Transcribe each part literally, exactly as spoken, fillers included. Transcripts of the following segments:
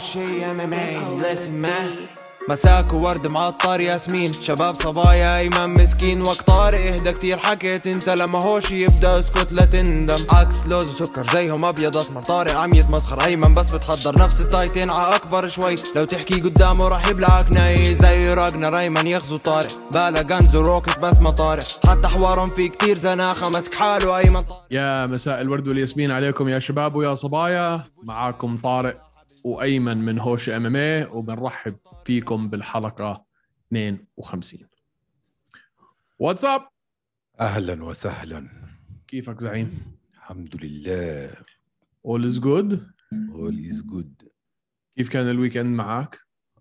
شي ام ام اي listen man. مساك وورد معطر ياسمين، شباب صبايا ايمن مسكين. وقت طارق اهدى كتير حكيت انت، لما هوش يبدا اسكت لا تندم. عكس لوز وسكر زيهم ابيض اسمر، طارق عم يتمسخر ايمن بس بتحضر نفس التايتين ع اكبر شوي. لو تحكي قدامه راح يبلعك ناي زي راجنر ايمن يغزو طارق. بالا غنز وروكت بس ما طارق، حتى حوارهم في كتير زناخه مسك حاله ايمن طارق. يا مساء الورد والياسمين عليكم يا شباب ويا صبايا، معاكم طارق وايمن من هوش ام ام اي، وبنرحب فيكم بالحلقه اثنين وخمسين. واتساب، اهلا وسهلا. كيفك زعيم؟ الحمد لله. all is good. all is good. كيف كان الويكند معك؟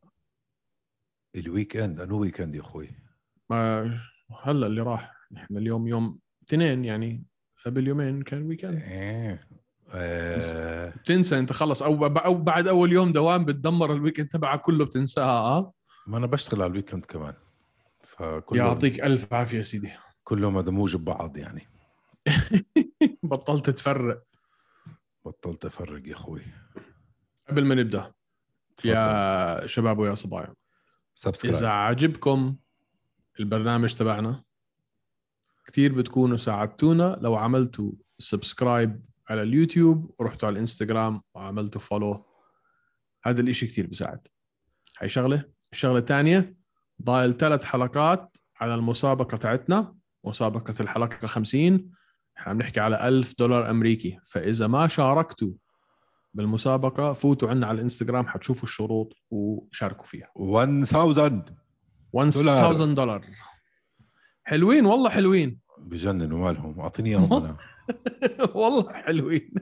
الويكند انو ويكند يا اخوي؟ ما هلا اللي راح، احنا اليوم يوم اثنين، يعني قبل يومين كان ويكند. ايه آه. بتنسى انت خلص، او او بعد اول يوم دوام بتدمر الويكند تبعك كله بتنساها. اه ما انا بشتغل على الويكند كمان، فكله يعطيك الف عافيه يا سيدي. كله مدموج ببعض يعني. بطلت تفرق. بطلت افرق يا اخوي. قبل ما نبدا تفضل. يا شباب ويا صبايا، سبسكرايب. إذا عجبكم البرنامج تبعنا كتير بتكونوا ساعدتونا لو عملتوا سبسكرايب على اليوتيوب ورحتوا على الانستغرام وعملتوا فولو. هذا الاشي كتير بساعد. هاي شغلة. الشغلة الثانية، ضايل ثلاث حلقات على المسابقة تاعتنا، مسابقة الحلقة خمسين. احنا بنحكي على ألف دولار أمريكي، فإذا ما شاركتوا بالمسابقة فوتوا عنا على الانستغرام حتشوفوا الشروط وشاركوا فيها. ألف ألف دولار. حلوين والله، حلوين بجنن. ومالهم اعطيني اياهم انا. والله حلوين.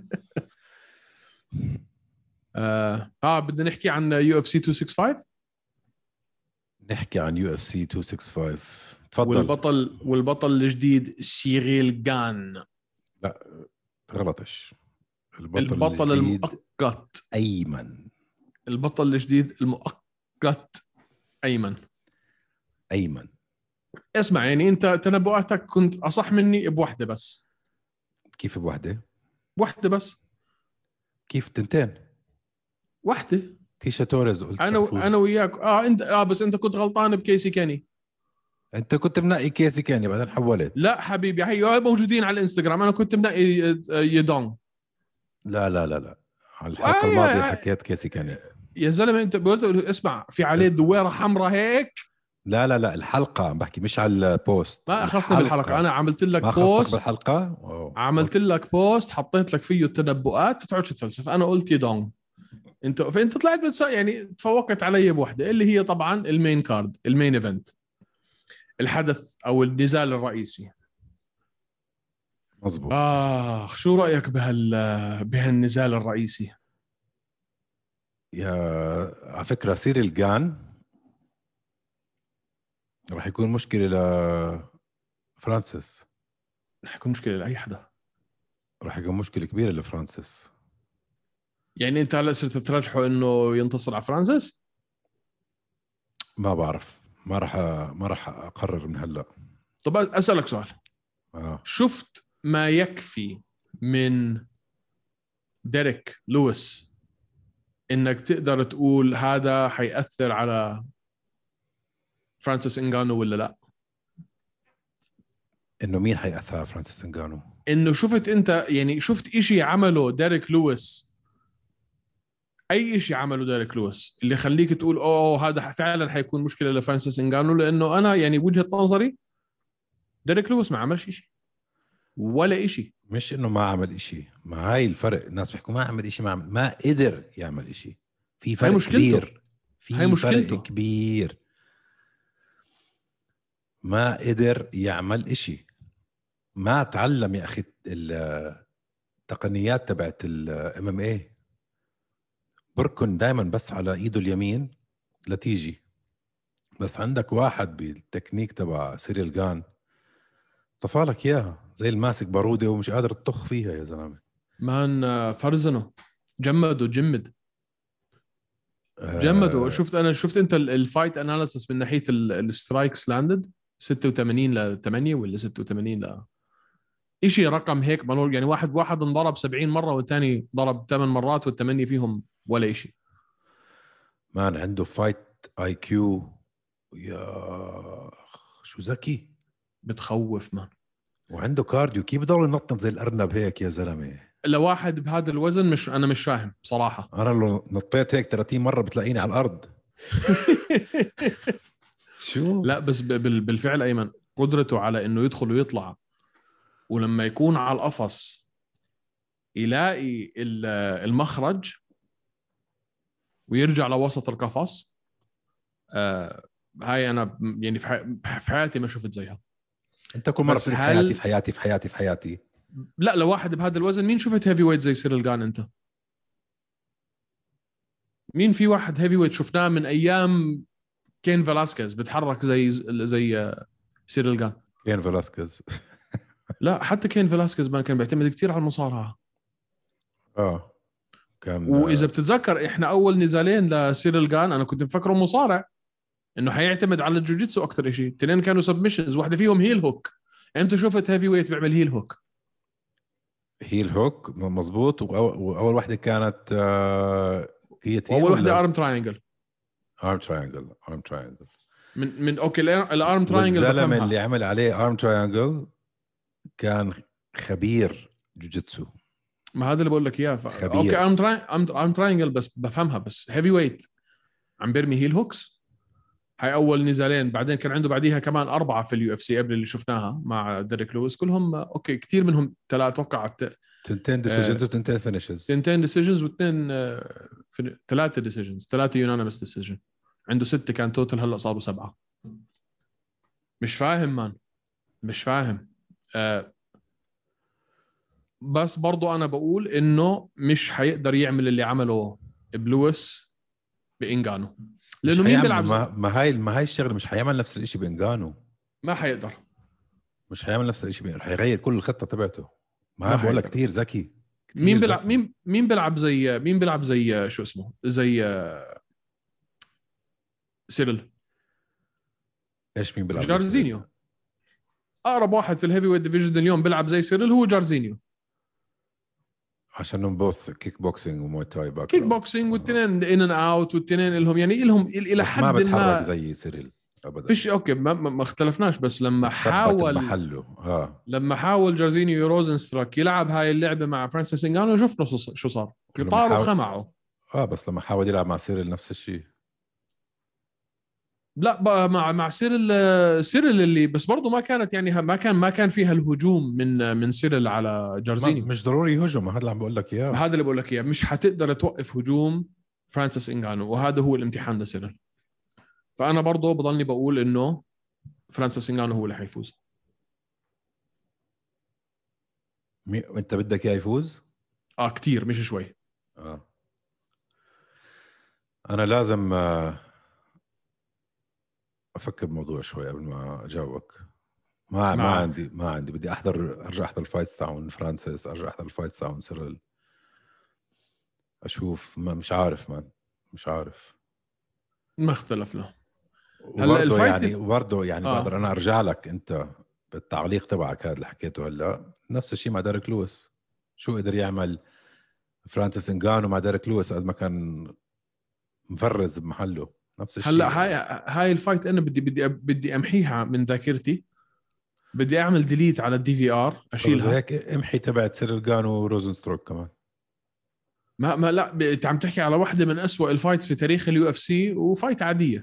آه, اه بدنا نحكي عن يو اف سي مئتين وخمسة وستين. نحكي عن يو اف سي مئتين وخمسة وستين. تفضل. والبطل والبطل الجديد سيريل غان. لا غلطش. البطل, البطل الجديد المؤقت ايمن. البطل الجديد المؤقت ايمن. ايمن اسمع، يعني انت تنبؤاتك كنت اصح مني بوحده بس. كيف بوحده؟ وحده بس. كيف تنتين؟ وحده. تيشا توريز قلت انا فوز. انا وياك. اه انت اه بس انت كنت غلطان بكيسي كاني. انت كنت منقي كيسي كاني بعدين حولت. لا حبيبي، هي موجودين على الانستغرام. انا كنت منقي يدون. لا لا لا لا على الحلقه آه الماضيه حكيت كيسي كاني. يا زلمه انت قلت اسمع في عليه دويره حمراء هيك. لا لا لا الحلقه عم بحكي مش على البوست. ما اخصني بالحلقه، انا عملت لك ما بوست بالحلقه. أوه. عملت أوه. لك بوست حطيت لك فيه التنبؤات فتقعدش تفلسف. انا قلت يدون انت، فانت طلعت بتس... يعني تفوقت علي بوحده اللي هي طبعا المين كارد، المين ايفنت، الحدث او النزال الرئيسي. مزبوط. آه شو رأيك بهال بهالنزال الرئيسي؟ يا على فكرة سيريل غان راح يكون مشكلة لفرانسيس. راح يكون مشكلة لأي حدا. راح يكون مشكلة كبيرة لفرانسيس. يعني أنت هلا صرت ترجحه إنه ينتصر على فرانسيس؟ ما بعرف، ما راح ما راح أقرر من هلا. طب أسألك سؤال. آه. شفت ما يكفي من ديريك لويس إنك تقدر تقول هذا حيأثر على فرانسيس إنغانو ولا لا؟ إنه مين حيأثر على فرانسيس إنغانو؟ إنه شفت أنت، يعني شفت إشي عمله ديريك لويس، أي إشي عمله ديريك لويس اللي يخليك تقول أوه هذا فعلا حيكون مشكلة لفرانسيس إنغانو؟ لأنه أنا يعني وجهة نظري ديريك لويس ما عملش إشي ولا إشي. مش إنه ما عمل إشي، ما هاي الفرق. الناس بيحكوا ما عمل إشي، ما عمل، ما قدر يعمل إشي. في فرق كبير. في هاي مشكلته. فرق كبير. ما قدر يعمل إشي. ما تعلم يا أخي التقنيات تبعت الام ام اي. بركن دايما بس على ايده اليمين لتيجي، بس عندك واحد بالتكنيك تبع سيريل غان طفالك اياها زي الماسك بارودة ومش قادر تطخ فيها يا زلمة. مان فرزنه جمد وجمد جمد. آه. شفت انا شفت انت الفايت اناليسيس من ناحيه السترايكس لاندد ستة وثمانين ل ثمانية ولا ستة وثمانين ل إشي رقم هيك بنقول. يعني واحد واحد انضرب سبعين مره والثاني ضرب ثمان مرات والثمانيه فيهم ولا إشي. مان عنده فايت اي كيو يا شو ذكي، بتخوف مان. وعنده كارديو كيف بضل ينطط زي الارنب هيك يا زلمه. لواحد بهذا الوزن مش انا مش فاهم بصراحه. انا لو نطيت هيك ثلاثين مره بتلاقيني على الارض. شو لا بس ب- بال- بالفعل ايمن قدرته على انه يدخل ويطلع، ولما يكون على القفص يلاقي ال- المخرج ويرجع لوسط القفص. آه هاي انا ب- يعني في حي- في حياتي ما شفت زيها. انت كل مره بس بتقول في هل- حياتي في حياتي في حياتي في حياتي لا لواحد بهذا الوزن مين شفت هيفي ويت زي سيريل جان انت؟ مين في واحد هيفي ويت شفناه من ايام كين فلاسكيز بتحرك زي زي سيريل جان؟ كين فلاسكيز. لا حتى كين فلاسكيز ما كان بيعتمد كتير على المصارعه. اه كان. واذا بتتذكر احنا اول نزالين لسيريل جان انا كنت مفكره مصارع انه حيعتمد على الجوجيتسو اكثر شيء. اثنين كانوا سبمشنز، واحده فيهم هيل هوك. امتى شفت هيفي ويت بيعمل هيل هوك؟ هيل هوك مزبوط. وأو- واول واحده كانت آه هي تين واول واحده ارم تراينجل. ارم تراينجل ارم تراينجل من من اوكي الارم تراينجل والزلمه بفهمها. اللي عمل عليه ارم تراينجل كان خبير جوجيتسو. ما هذا اللي بقول لك اياه. ف... خبير. اوكي ارم تراي ارم تراينجل بس بفهمها. بس هيفي ويت عم بيرمي هيل هوكس. هاي اول نزالين. بعدين كان عنده بعديها كمان اربعه في اليو اف سي قبل اللي شفناها مع ديريك لويس. كلهم اوكي كثير منهم ثلاثه اتوقع تنتين ديسيجنز وتنتين فينيشز. تنتين ديسيجنز واثنين ثلاثه ديسيجنز ثلاثه يونانيمس ديسيجن. عنده ستة كان توتال، هلا صاروا سبعة. مش فاهم مان، مش فاهم. آه بس برضو أنا بقول إنه مش حيقدر يعمل اللي عمله بلويس بإنجانو، لأنه مين بيلعب زي... ما, ما هاي ما هاي الشغله مش حيعمل نفس الشيء بإنجانو. ما حيقدر. مش حيعمل نفس الشيء بإنجانو. حيغير كل الخطه تبعته. ما, ما بقول لك حيقدر. كثير ذكي. كتير مين بيلعب ذكي. مين مين بيلعب زي مين بيلعب زي شو اسمه زي سيرل؟ ايش مين بيلعب؟ جارزينيو. اقرب واحد في الهيفي ويت ديفيجن اليوم بيلعب زي سيرل هو جارزينيو. عشان بوث كيك بوكسينج وموي تاي باك. كيك بوكسينج والتنين ان ان اوت والتنين لهم يعني لهم الى حد ما بتحرك ما زي سيريل ابدا. فيش اوكي ما, ما اختلفناش. بس لما حاول محله ها لما حاول جارزينيو روزنستراك يلعب هاي اللعبه مع فرانسيس انغانو شفنا شو صار. طار وخمعه. اه بس لما حاول يلعب مع سيريل نفس الشيء. لا بقى مع مع سيرل سيرل اللي بس برضه ما كانت يعني ما كان ما كان فيها الهجوم من من سيرل على جارزينيو. مش ضروري يهجم. هذا اللي عم بقول لك اياه. هذا اللي بقول لك اياه. مش حتقدر توقف هجوم فرانسيس انغانو، وهذا هو الامتحان لسيرل. فانا برضه بضلني بقول انه فرانسيس انغانو هو اللي حيفوز. مي... انت بدك اياه يفوز؟ اه كتير مش شوي. اه انا لازم آه افكر بموضوع شوي قبل ما اجاوبك. ما ما عندي ما عندي بدي احضر ارجع احضر الفايتس تاعون فرانسيس، ارجع احضر الفايتس تاعون سيرل، اشوف. ما مش عارف مان مش عارف. ما اختلفنا. هلا الفايت يعني برضه يعني آه. بقدر انا ارجع لك انت بالتعليق تبعك هذا اللي حكيته هلا. نفس الشيء مع ديريك لويس. شو قدر يعمل فرانسيس انغانو مع ديريك لويس قد ما كان مفرز بمحله. نفس الشيء. هلا هاي هاي الفايت انا بدي بدي بدي امحيها من ذاكرتي. بدي اعمل ديليت على الدي في ار اشيلها. هيك امحي تبعت سيريل غانو وروزنستروك كمان. ما ما لا انت عم تحكي على واحده من أسوأ الفايتس في تاريخ اليو اف سي وفايت عاديه.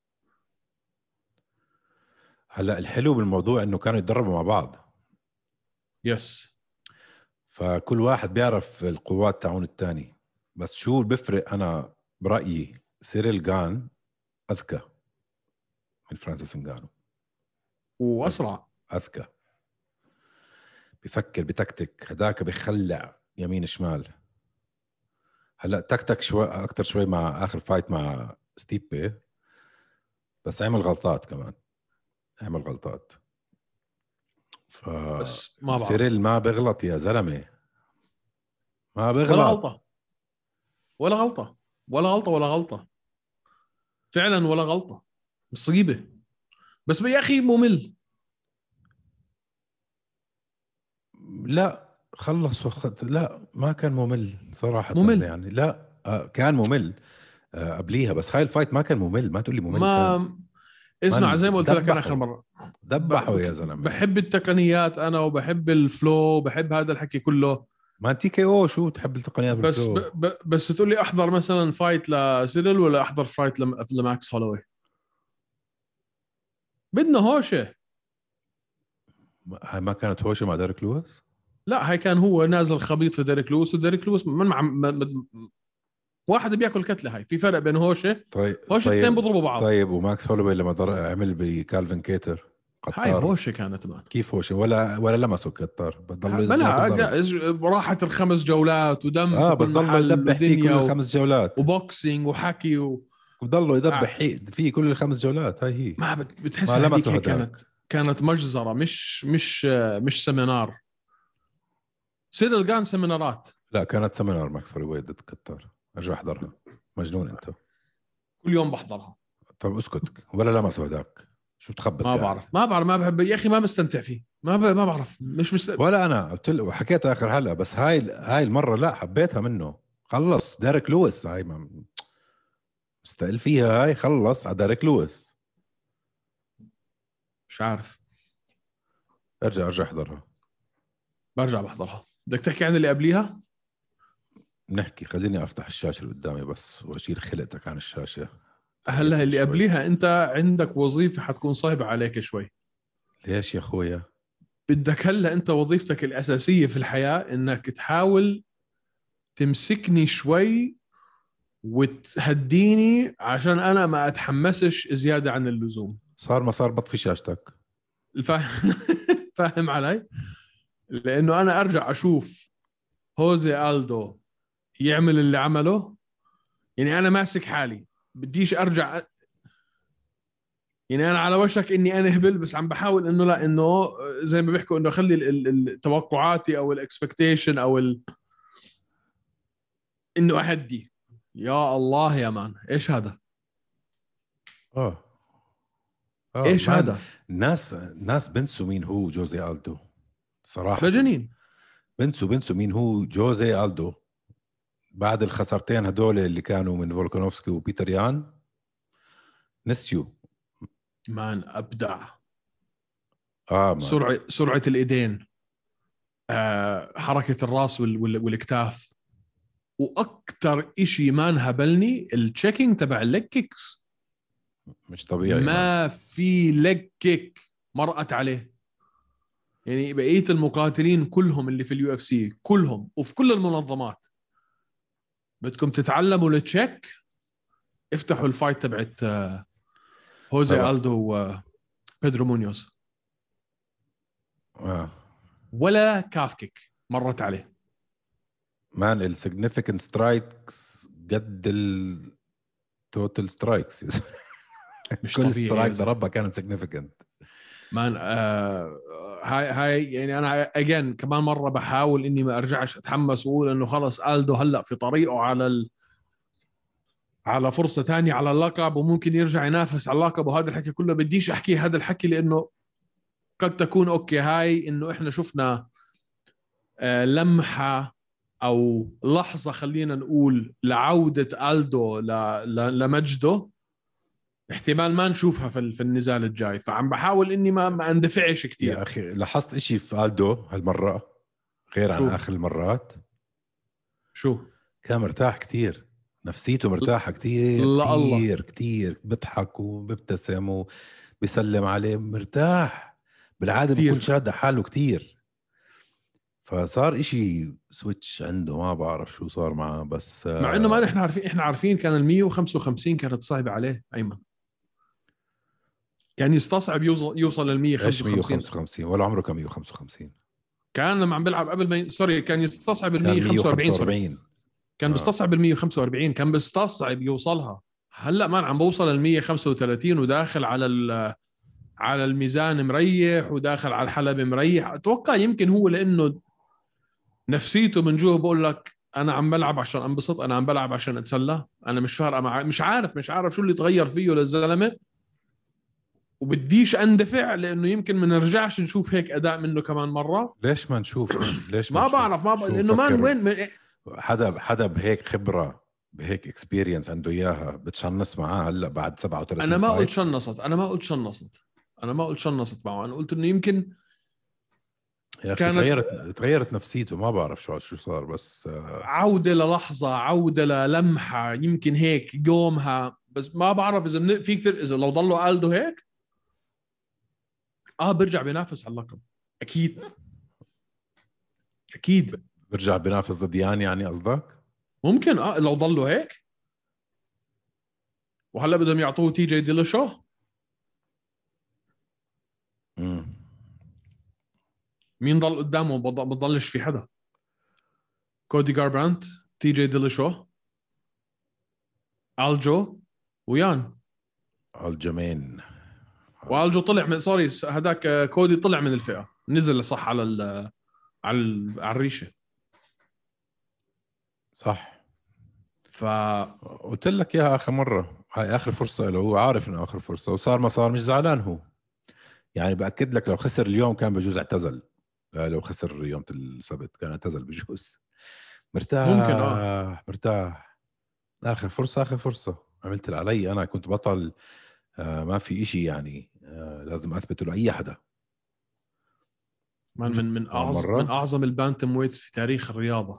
هلا الحلو بالموضوع انه كانوا يتدربوا مع بعض. يس. فكل واحد بيعرف القوات تاعون الثاني. بس شو بفرق انا برايي سيريل غان اذكى من فرانسيس انغانو واسرع. اذكى. بفكر بتكتك. هداك بيخلع يمين شمال. هلا تكتك شوي اكثر شوي مع اخر فايت مع ستيبي. بس عمل غلطات كمان. عمل غلطات. ف بس ما بعرف. سيريل ما بغلط يا زلمه. ما بغلط. ولا غلطه ولا غلطه ولا غلطه ولا غلطه فعلا ولا غلطه. مصيبه. بس يا اخي ممل. لا خلص وخد. لا ما كان ممل صراحه. ممل. يعني لا آه كان ممل. آه قبليها، بس هاي الفايت ما كان ممل، ما تقول لي ممل. ما كان اسمع من زي ما قلت لك انا دبحوا. اخر مره، دبحوا ب- يا زلمه. بحب التقنيات انا وبحب الفلو، بحب هذا الحكي كله. ما تي كي او شو تحب التقنيات بس ب... بالفلو؟ ب... بس تقول لي احضر مثلا فايت لسيريل ولا احضر فايت لم... لماكس هولوي؟ بدنا هوشه. هاي ما كانت هوشه مع ديريك لويس. لا هاي كان هو نازل خبيط في ديريك لويس، وديريك لويس من مع م... م... واحد بياكل كتله. هاي في فرق بين هوشه، طيب هوشه طيب اثنين بيضربوا بعض. طيب وماكس هولوي لما ضر... عمل بكالفين كيتر هاي قطار، هوشه كانت مان. كيف هوشه؟ ولا ولا لمسه كتار، بس ضل بلا يضرب. راحت الخمس جولات ودم اه في بس كل ضله محل يدبح فيه كل ودنيا و... الخمس جولات، وبوكسينج وحكي و... وضله يدبح آه. فيه فيه كل الخمس جولات. هاي هي ما بت... بتحس ما هذيك لمسه هيك هداك. كانت كانت مجزره، مش مش مش سيمينار. سيريل جان سيمينارات لا كانت سمينار ماكس هولوي ضد كتار، ارجع احضرها. مجنون انت. كل يوم بحضرها. طب اسكت، ولا لمسه هداك، شو تخبص؟ ما قاعد. بعرف ما بعرف ما بحب يا اخي، ما بستمتع فيه. ما ب... ما بعرف مش مست... ولا انا قلت له وحكيت اخر حلقه، بس هاي هاي المره لا حبيتها منه. خلص ديريك لويس، هاي ما مستقل فيها، هاي خلص على ديريك لويس. مش عارف. ارجع ارجع احضرها. برجع بحضرها. بدك تحكي عن اللي قبليها؟ بنحكي، خليني افتح الشاشه اللي قدامي بس واشيل خلقتك عن الشاشه. هلا اللي شوي. قبليها انت عندك وظيفه حتكون صعبه عليك شوي. ليش يا اخويا؟ بدك هلا انت وظيفتك الاساسيه في الحياه انك تحاول تمسكني شوي وتهديني عشان انا ما اتحمسش زياده عن اللزوم. صار ما صار بطفي شاشتك. فاهم؟ فاهم علي؟ لانه انا ارجع اشوف هوزي ألدو يعمل اللي عمله، يعني انا ماسك حالي بديش ارجع. يعني انا على وشك اني انا هبل، بس عم بحاول انه لا، انه زي ما بيحكوا انه اخلي التوقعاتي او الاكسبكتيشن او ال... انه اهدي. يا الله يا مان، ايش هذا؟ اه اه ايش مان. هذا؟ ناس ناس بنسوا مين هو جوزي ألدو صراحه. مجانين. بنسوا بنسوا مين هو جوزي ألدو بعد الخسارتين هدول اللي كانوا من فولكانوفسكي وبيتر يان. نسيوا. مان ابدع. اه مان. سرعه سرعه الايدين، آه، حركه الراس وال... وال... والاكتاف. واكثر إشي مان هبلني التشيكينج تبع الليج كيكس. مش طبيعي مان. ما في ليج كيك مرقت عليه. يعني بقيه المقاتلين كلهم اللي في اليو اف سي كلهم وفي كل المنظمات، بدكم تتعلموا التشيك، افتحوا الفايت تبعت آه، هوزي طبعا. ألدو وبيدرو مونيوز. آه. ولا كاف كيك مرت عليه. مان السيجنيفيكانت سترايكس قد التوتال سترايكس. مش كل طبيعي سترايك يا زلمة. ضربها كانت سيجنيفيكانت. مان آه هاي هاي يعني انا اجين كمان مره بحاول اني ما ارجعش اتحمس واقول انه خلص ألدو هلا في طريقه على ال... على فرصه ثانيه على اللقب وممكن يرجع ينافس على اللقب وهذا الحكي كله. بديش احكي هذا الحكي لانه قد تكون اوكي هاي انه احنا شفنا آه لمحه او لحظه خلينا نقول لعوده ألدو ل... ل... لمجده. احتمال ما نشوفها في في النزال الجاي، فعم بحاول اني ما ما اندفعش كتير. يا اخي لاحظت اشي في ألدو هالمره غير عن شو؟ اخر المرات. شو؟ كان مرتاح كتير، نفسيته مرتاحه كتير لا الله. كتير كتير، بيضحك وبيبتسم وبيسلم عليه، مرتاح. بالعاده كتير. بكون شاد حاله كتير، فصار اشي سويتش عنده، ما بعرف شو صار معه. بس مع انه ما نحن عارفين، احنا عارفين كان ال مية وخمسة وخمسين كانت صعبه عليه ايمن. كان يستصعب يوصل يوصل لل ايش مية وخمسة وخمسين. مية وخمسة وخمسين ولا عمره كان مية وخمسة وخمسين. كان لما عم بيلعب قبل ما ي... سوري كان يستصعب ال كان مية وخمسة وأربعين. سوري مية وخمسة وأربعين. كان آه. بيستصعب ال مية وخمسة وأربعين، كان بيستصعب يوصلها. هلا ما عم بوصل ال مية وخمسة وثلاثين وداخل على ال... على الميزان مريح وداخل على الحلبة مريح. اتوقع يمكن هو لانه نفسيته من جوا بقول لك انا عم بلعب عشان انبسط، انا عم بلعب عشان اتسلى، انا مش فارقه مع، مش عارف مش عارف شو اللي تغير فيه للزلمه. وبديش اندفع لانه يمكن ما نرجعش نشوف هيك اداء منه كمان مره. ليش ما نشوف؟ ليش ما ما نشوف؟ بعرف ما ب... شو لانه مان مفكر؟ وين من... حدا حدا بهيك خبره بهيك اكسبيرينس عنده اياها بتشنص معاه هلا بعد سبعة وثلاثين انا ما فايت؟ قلت شنصت انا ما قلت شنصت انا ما قلت شنصت معه. انا قلت انه يمكن يا اخي كانت تغيرت تغيرت نفسيته، ما بعرف شو شو صار بس آه، عودة للحظة، عودة للمحة، يمكن هيك يومها. بس ما بعرف اذا من... في كثير اذا لو ضلوا ألدو هيك اه برجع بينافس على اللقب اكيد اكيد. برجع بينافس ضد يان يعني قصدك؟ ممكن اه لو ضلوا هيك. وهلا بدهم يعطوه تي جي ديلشو. امم مين ضل قدامه؟ بض- بضلش في حدا. كودي جاربرانت، تي جي ديلشو، الجو، ويان. الجمين. والجو طلع من سوري هذاك آه، كودي طلع من الفئة، نزل صح على ال على ال على الريشه. صح. ف قلت لك اياها اخر مره، هاي اخر فرصه له، هو عارف انه اخر فرصه وصار ما صار مش زعلان هو. يعني باكد لك لو خسر اليوم كان بجوز اعتزل. لا، لو خسر يوم السبت كان اعتزل بجوز. مرتاح ممكن اه مرتاح. اخر فرصه اخر فرصه، عملت اللي علي، انا كنت بطل. آه ما في اشي يعني، آه لازم اثبت له اي حدا. من من من اعظم من مرة اعظم البانتم ويتس في تاريخ الرياضه.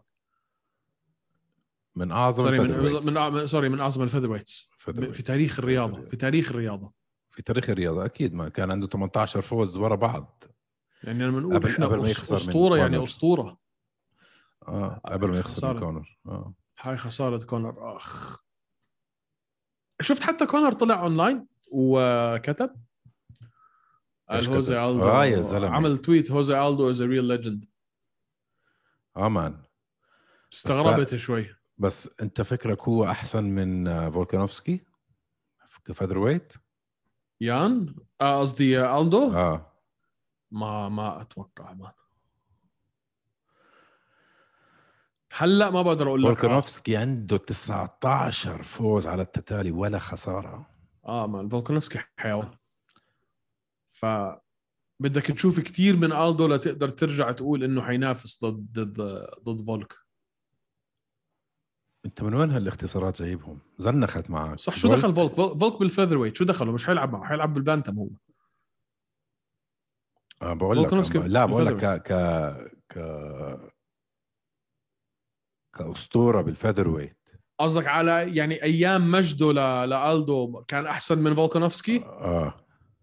من اعظم سوري من الفيذر ويتس. من أع- سوري من اعظم الفيذر ويتس فيذر في ويتس. تاريخ الرياضه في تاريخ الرياضه في تاريخ الرياضه اكيد، ما كان عنده ثمانية عشر فوز ورا بعض. يعني لما نقول قبل احنا قبل ما أس- يخسر من اسطوره يعني كونر. اسطوره. اه هاي قبل ما يخسر من خساره كونر. اه هاي خساره كونر. اخ شفت حتى كونر طلع اونلاين وكتب ايش قال هوزي كتب؟ اه يا الدو، زلمه. عمل تويت هوزي الدو از ا ريل ليجند. اه مان. بس لا، استغربت شوي. بس انت فكرك هو احسن من آه، فولكانوفسكي كفيذر ويت؟ يان آه، قصدي آه الدو. اه ما ما اتوقع ما هلا ما بقدر اقول لك اه. فولكانوفسكي عنده تسعة عشر فوز على التتالي ولا خساره. اه ما فولكانوفسكي حيوان. ف بدك تشوف كثير من الدو لتقدر ترجع تقول انه حينافس ضد ضد ضد فولك. انت من وين هالاختصارات جايبهم؟ زنخت معك صح شو دخل فولك؟ فولك بالفيذر ويت شو دخله؟ مش حيلعب معه، حيلعب بالبانتم هو. أه بقول لك فولكانوفسكي لا، بقول لك بالفيذر ك ك ك كأسطورة بالفيذر ويت. قصدك على يعني ايام مجده ل... لالدو كان احسن من فولكانوفسكي؟ اه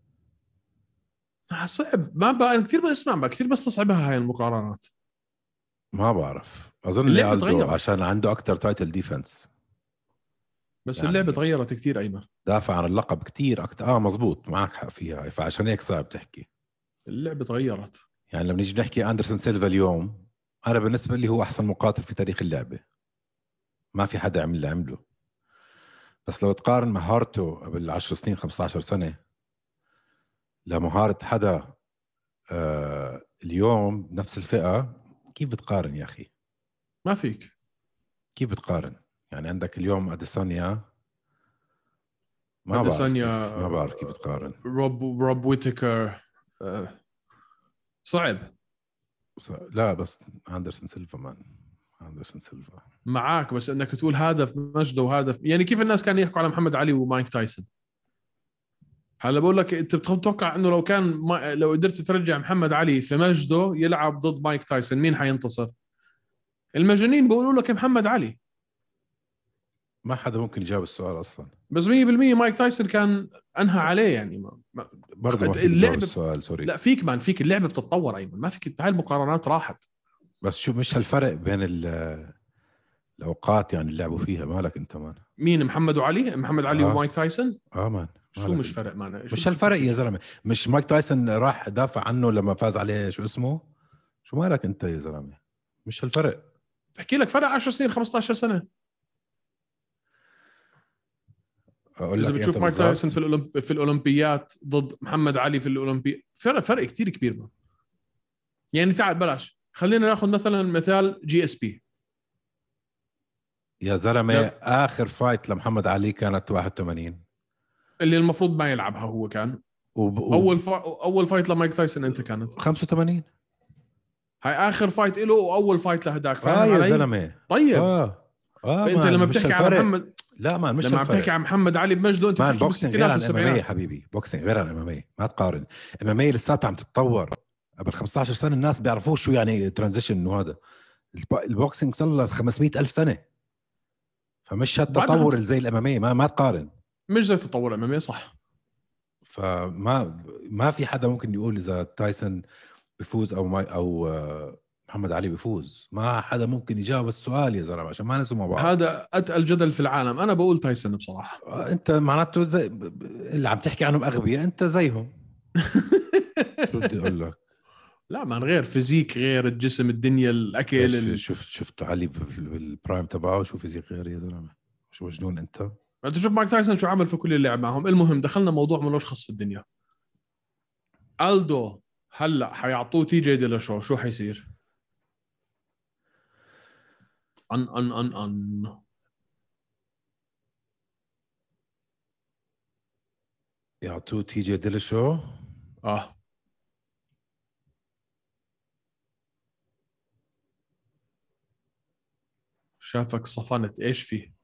صعب. ما بقى انا كثير بسمع بقى كثير بستصعبها هاي المقارنات. ما بعرف، اظن اللعبه لي تغيرت عشان عنده اكثر تايتل ديفنس. بس يعني اللعبه تغيرت كثير ايمن. دافع عن اللقب كتير اكثر. اه مزبوط معك حق فيها، فعشان هيك صعب تحكي. اللعبه تغيرت. يعني لما نيجي نحكي اندرسون سيلفا اليوم، انا بالنسبه لي هو احسن مقاتل في تاريخ اللعبه، ما في حدا عمل اللي عمله. بس لو تقارن مهارته قبل عشر سنين خمسة عشر سنه لمهاره حدا آه اليوم بنفس الفئه، كيف بتقارن يا اخي؟ ما فيك. كيف بتقارن؟ يعني عندك اليوم اديسانيا، ما بعرف أديسانيا، كيف ما بعرف كيف بتقارن. روب روب ويتكر. آه، صعب. لا بس اندرسون سيلفا مان، اندرسون سيلفا معاك بس انك تقول هذا في مجده وهذا في... يعني كيف الناس كانوا يحكوا على محمد علي ومايك تايسون. هلا بقول لك انت بتتوقع انه لو كان ما... لو قدرت ترجع محمد علي في مجده يلعب ضد مايك تايسون مين حينتصر؟ المجانين بيقولوا لك محمد علي. ما حدا ممكن يجاوب السؤال اصلا. بس مية بالمية مايك تايسون كان انهى عليه يعني ما... ما... برضه ما فيك تجاوب اللعبه. السؤال سوري. لا فيك مان فيك. اللعبه بتتطور ايمن. ما فيك. هاي المقارنات راحت. بس شو مش هالفرق بين الاوقات يعني اللي لعبوا فيها؟ مالك انت مان. مين محمد وعلي؟ محمد علي آه. ومايك تايسون. اه مان شو مش انت. فرق مان؟ مش هالفرق يا زلمه. مش مايك تايسون راح دافع عنه لما فاز عليه شو اسمه؟ شو مالك انت يا زلمه؟ مش هالفرق. بحكي لك فرق عشر سنين خمسة عشر سنه. اقول اذا لك بتشوف انت مايك تايسون بالضبط. في الأولمب... في الاولمبيات ضد محمد علي في الاولمبي فرق فرق كتير كبير مان. يعني تعال بلاش خلينا ناخذ مثلا مثال جي اس بي. يا زلمه لا. اخر فايت لمحمد علي كانت واحد وثمانين، اللي المفروض ما يلعبها هو كان. وب... و... اول فا... اول فايت لمايك تايسون انت كانت خمسة وثمانين. هاي اخر فايت له واول فايت لهداك. اه فاهم يا علي؟ زلمه. طيب اه اه فانت مان لما مش بتحكي على الفرق. محمد لا مان مش لما عم الفرق. تحكي عن محمد علي بمجده انت مان بتحكي بوكسينج غير بالستينات عن ام ام اي والسبعينات. حبيبي، بوكسينج غير عن ام ام اي، ما تقارن. ام ام اي لساتها عم تتطور. قبل خمسة عشر سنه الناس بيعرفوش شو يعني ترانزيشن وهذا. الب- البوكسينج صار له خمسمية ألف سنه، فمش هالتطور اللي زي الام ام اي، ما ما تقارن. مش زي تطور امامي صح. فما ما في حدا ممكن يقول اذا تايسون بيفوز او ما او آه، محمد علي بيفوز. ما حدا ممكن يجاوب السؤال يا زلمه عشان ما نسمع بعض. هذا اتقل جدل في العالم. انا بقول تايسون بصراحه. آه، انت معناته زي اللي عم تحكي عنهم اغبياء، انت زيهم. شو بدي اقول لك؟ لا من غير فيزيك، غير الجسم، الدنيا، الاكل ايش ال... شفت شفت علي بال- بالبرايم تبعه، شو فيزيك غير يا زلمه؟ شو مجنون انت. انت شوف مايك تايسون شو عمل في كل اللي لعب معهم. المهم دخلنا موضوع ملوش خص في الدنيا. ألدو هلا حيعطوه تي جي ديلاشو، شو حيصير؟ ان ان ان ان يعطوه تي جي ديلشو. اه شافك صفنت، ايش فيه؟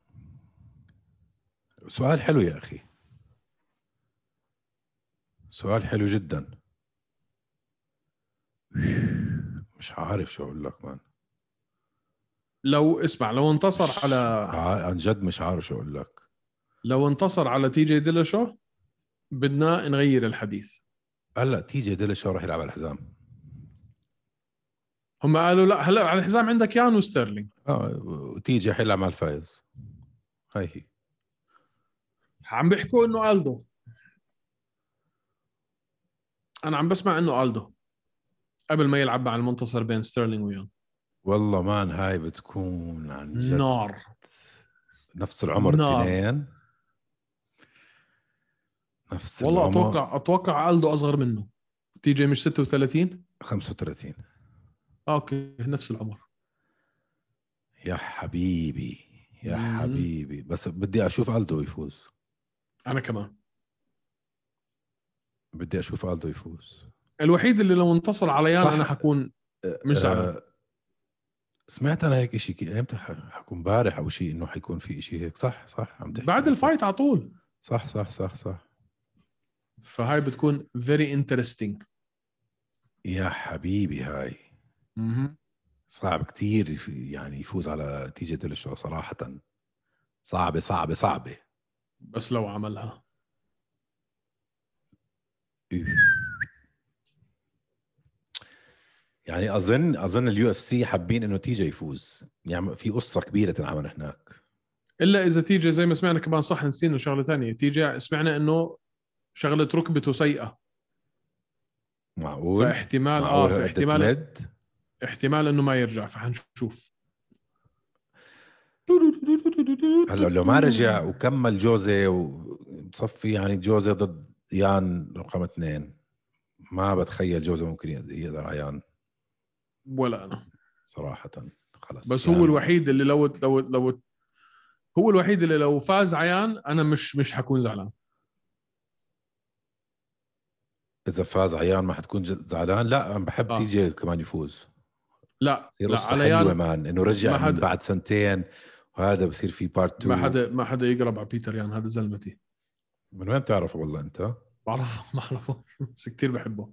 سؤال حلو يا اخي، سؤال حلو جدا. مش عارف شو اقول لك مان. لو اسمع، لو انتصر مش على ع- عن جد مش عارف شو اقول لك. لو انتصر على تي جي ديلاشو بدنا نغير الحديث. هلا تي جي ديلشو راح يلعب على الحزام. هم قالوا لا هلا على الحزام عندك يان وستيرلينج. اه وتي جي حيلعب مع الفايز. هاي هي. عم بيحكوا انه ألدو. انا عم بسمع انه ألدو قبل ما يلعب مع المنتصر بين ستيرلينج ويان. والله مان هاي بتكون عن جد نار نفس العمر نار. اثنين، نفس والله العمر. اتوقع اتوقع ألدو اصغر منه. تي جي مش ستة وثلاثين؟ خمسة وثلاثين. اوكي نفس العمر. يا حبيبي يا مم. حبيبي، بس بدي اشوف ألدو يفوز. انا كمان. بدي اشوف ألدو يفوز. الوحيد اللي لو انتصر على يان صح. انا حكون مش زعلان. أه سمعت انا هيك شيء امتى، حكون امبارح او شيء انه حيكون في شيء هيك. صح صح عم تحكي بعد الفايت على طول. صح صح صح صح. فهاي بتكون very interesting. يا حبيبي هاي مم. صعب كتير يف- يعني يفوز على تي جي ديلشو صراحة. صعبة صعبة صعبة. بس لو عملها إيه. يعني اظن اظن اليو اف سي حابين انه تي جي يفوز، يعني في قصة كبيرة تنعمل هناك. الا اذا تيجي زي ما سمعنا كمان، صح نسينا شغله ثانيه. تيجي سمعنا انه شغله ركبته سيئه، معقول. فاحتمال اه معقول في عدة احتمال مد. احتمال انه ما يرجع، فحنشوف. هلا لو ما رجع وكمل جوزي وبصفي، يعني جوزي ضد يان رقم اثنين، ما بتخيل جوزي ممكن يقدر على يان ولا انا صراحة. خلص بس يان. هو الوحيد اللي لو لو لو هو الوحيد اللي لو فاز عيان انا مش مش حكون زعلان. إذا فاز عيان ما حتكون ج- زعلان. لا أنا بحب آه. تي جي كمان يفوز. لا تصير لا قصة على حلوة يان مان، إنه رجع ما من حدا بعد سنتين وهذا بصير في بارت ما تو. حدا ما حدا يقرب على بيتر يان. هذا زلمتي. من وين بتعرفه والله أنت؟ بعرفه ما بعرفه بس كثير بحبه.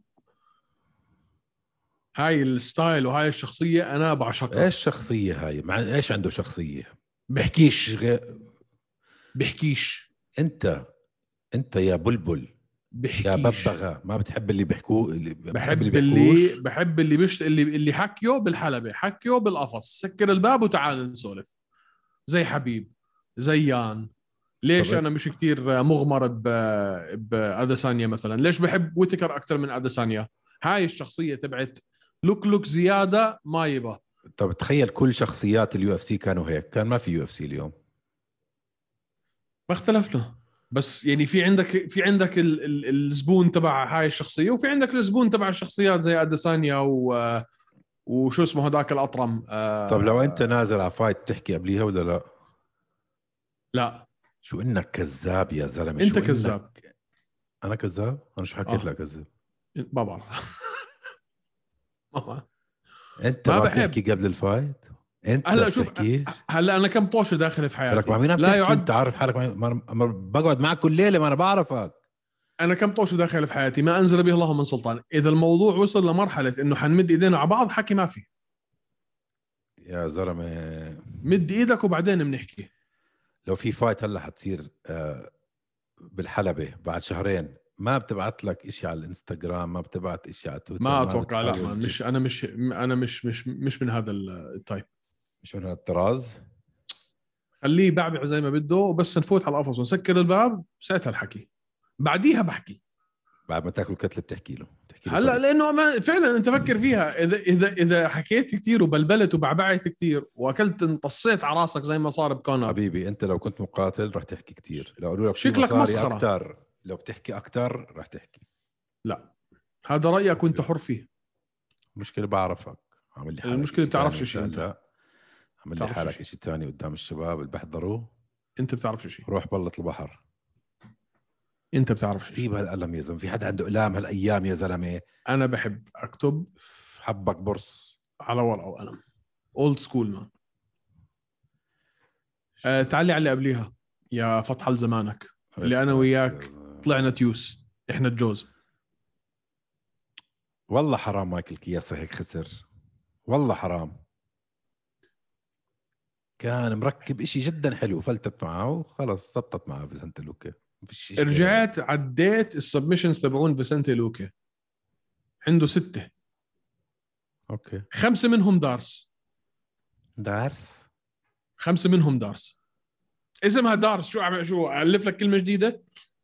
هاي الستايل وهاي الشخصيه انا بعشقها. إيش شخصية هاي؟ مع إيش عنده شخصية؟ بحكيش غير بحكيش أنت. أنت يا بلبل يا بحكيش ببغاء، ما بتحب اللي بيحكوه، اللي بتحب اللي بحب اللي بيحكوش. بحب اللي بيشت اللي اللي حكيه بالحلبة، حكيه بالقفص، سكر الباب وتعال نسولف. زي حبيب، زي يان. ليش طب انا مش كتير مغمر ب باديسانيا مثلا؟ ليش بحب ويتكر اكثر من اديسانيا؟ هاي الشخصيه تبعت لوك لوك زياده ما يبا. طب تخيل كل شخصيات اليو اف سي كانوا هيك، كان ما في يو اف سي اليوم. ما اختلفنا، بس يعني في عندك في عندك ال ال الزبون تبع هاي الشخصيه، وفي عندك الزبون تبع الشخصيات زي اديسانيا و وشو اسمه هذاك الاطرم. آه طب لو انت نازل على فايت بتحكي قبليها ولا لا؟ لا شو انك كذاب يا زلمه. انت شو كذاب. إنك... انا كذاب؟ انا شو حكيت آه. لك كذاب؟ ما بعرف. ما بعرف. انت ما ما بحب. بتحكي قبل الفايت؟ انت هلا شوف بتحكيش هلا انا كم طوشه داخل في حياتي لك مع مين عم لا تحكي؟ يعد. انت عارف حالك مع... ما... ما... بقعد معك كل ليله ما انا بعرفك. انا كم طوشه داخل في حياتي ما انزل به الله من سلطان. اذا الموضوع وصل لمرحله انه حنمد ايدينا على بعض حكي ما في. يا زلمه مد ايدك وبعدين بنحكي. لو في فايت هلا حتصير آه، بالحلبة بعد شهرين ما بتبعت لك اشي على الانستغرام، ما بتبعت اشي على تويتر؟ ما اتوقع لا بتحاول ما مش تجس- انا مش انا مش مش مش من هذا التايب. مش من هالطراز. خليه بعبع زي ما بده وبس نفوت على القفص ونسكر الباب ساعتها الحكي بعديها بحكي. بعد ما تاكل كتله بتحكي له بتحكي له هلا سوري. لانه ما فعلا انت فكر فيها اذا اذا اذا حكيت كثير وبلبلت وبعبعت كثير واكلت انطصيت على راسك زي ما صار بكونر. حبيبي انت لو كنت مقاتل رح تحكي كتير، لو قالوا لك في شكلك مصاري مسخرة. اكتر لو بتحكي اكتر رح تحكي. لا هذا رايك وانت حر فيه. المشكله بعرفك عامل لي حالك المشكله إشي بتعرفش تاني شيء انت. لا عامل لي بتعرفش حالك شيء. شيء تاني قدام الشباب اللي بيحضروا. انت بتعرفش شيء. روح بلط البحر. انت بتعرفش شيء. سيب هالقلم يا زلمه، في حد عنده اقلام هالايام يا زلمه؟ انا بحب اكتب حبك برص على ورقه وقلم اولد سكول مان. أه تعالي على اللي قبليها يا فتح زمانك اللي انا وياك طلعنا تيوس احنا الجوز. والله حرام مايكل كياسا هيك خسر، والله حرام. كان مركب اشي جدا حلو فلتت معه وخلص سطت معه فيسنتي لوكا. رجعت عديت السبمشنز تبعون فيسنتي لوكا عنده ستة. اوكي خمسة منهم دارس. دارس خمسة منهم دارس. اسمها دارس. شو عم شو ألف لك كلمة جديدة.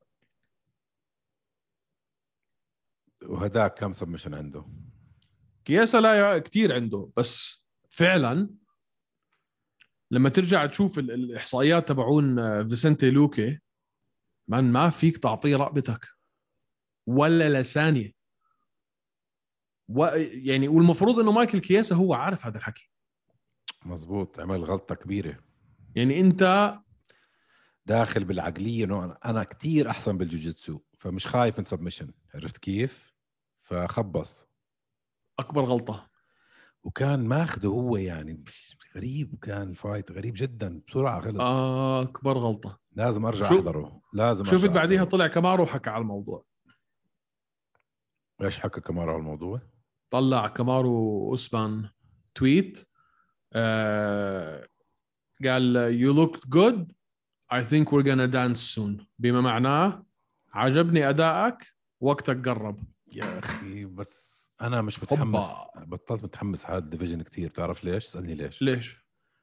وهداك كم سبمشن عنده؟ كياسة لا كتير عنده بس فعلا لما ترجع تشوف الإحصائيات تبعون فيسنتي لوكا من ما فيك تعطيه رقبتك ولا لثانية و... يعني والمفروض انه مايكل كياسا هو عارف هذا الحكي. مزبوط عمل غلطة كبيرة. يعني انت داخل بالعقلية انه انا كتير احسن بالجوجيتسو فمش خايف من سبمشن، عرفت كيف؟ فخبص اكبر غلطة. وكان ماخده هو يعني غريب، كان الفايت غريب جدا بسرعة خلص. آه اكبر غلطة. لازم ارجع شو... احضره لازم شفت أرجع بعديها أحضره. طلع كمارو وحكى على الموضوع. ايش حكى كمارو على الموضوع؟ طلع كمارو أسبان تويت آه قال you looked good I think we're gonna dance soon بما معناه عجبني أدائك وقتك قرب. يا اخي بس انا مش متحمس هوبا. بطلت متحمس على الديفيجن كتير. تعرف ليش؟ اسألني ليش. ليش؟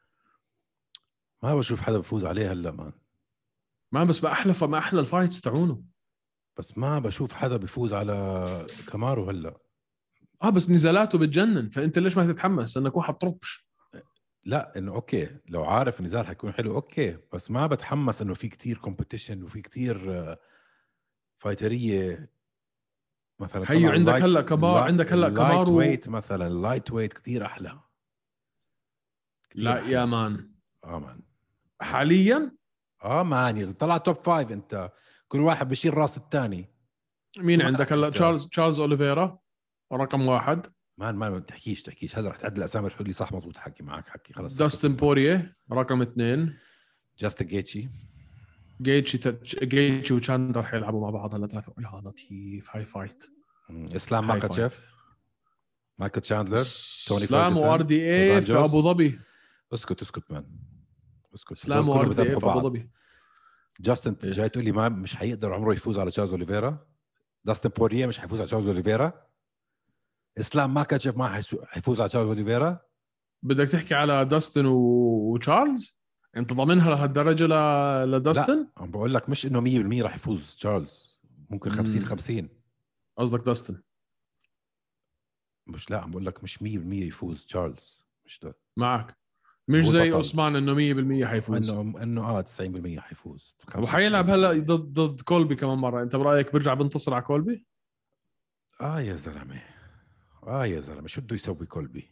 ما بشوف حدا بفوز عليه هلا مان. ما بس بأحلى ما أحلى الفايتس تعونه. بس ما بشوف حدا بفوز على كمارو هلا. اه بس نزالاته بتجنن فانت ليش ما تتحمس انك واحد طربش. لا انه اوكي لو عارف النزال حيكون حلو اوكي بس ما بتحمس انه في كتير كومبيتيشن وفي كتير فايتريه. مثلا هيو عندك اللايت... هلا كبار عندك هلا اللايت كمارو. ويت مثلا اللايت ويت كتير احلى كتير لا أحلى. يا مان اه مان حاليا اه مان اذا طلع توب فايف انت كل واحد بشيل راس الثاني. مين عندك هلا؟ تشارلز تشارلز اوليفيرا رقم واحد. مان ما تحكيش تحكيش هلا رح تعدل الاسامي رح تقول لي صح مزبوط حكي معك حكي خلص. داستن بوريه رقم اثنين. جاست جيتشي جيتشي تتش... جيتشي وتشاندر حيلعبوا مع بعض هلا ثلاثة. يا لطيف هاي فايت. اسلام ماكاتشيف مايكل تشاندلر توني سلام وار دي اي في ابو ظبي. اسكت اسكت مان اسكت. سلام وار دي اي في ابو ظبي. جاستن جاي تقول لي ما مش حيقدر عمره يفوز على تشارلز اوليفيرا. داستن بوريه مش حيفوز على تشارلز اوليفيرا. اسلام ماكاتشيف ما حيفوز على تشارلز اوليفيرا. بدك تحكي على داستن وتشارلز؟ انت ضامنها لهالدرجه ل... لداستن؟ لا عم بقول لك مش انه مية بالمية راح يفوز تشارلز، ممكن خمسين خمسين. قصدك داستن؟ مش لا عم بقول لك مش مية بالمية يفوز تشارلز. مش ده معك مش زي عثمان انه مية بالمية حيفوز. انه انه اه تسعين بالمية حيفوز. وحيلعب هلا ضد ضد كولبي كمان مره. انت برايك بيرجع بنتصر على كولبي؟ اه يا زلمه اه يا زلمه شو بده يسوي كولبي؟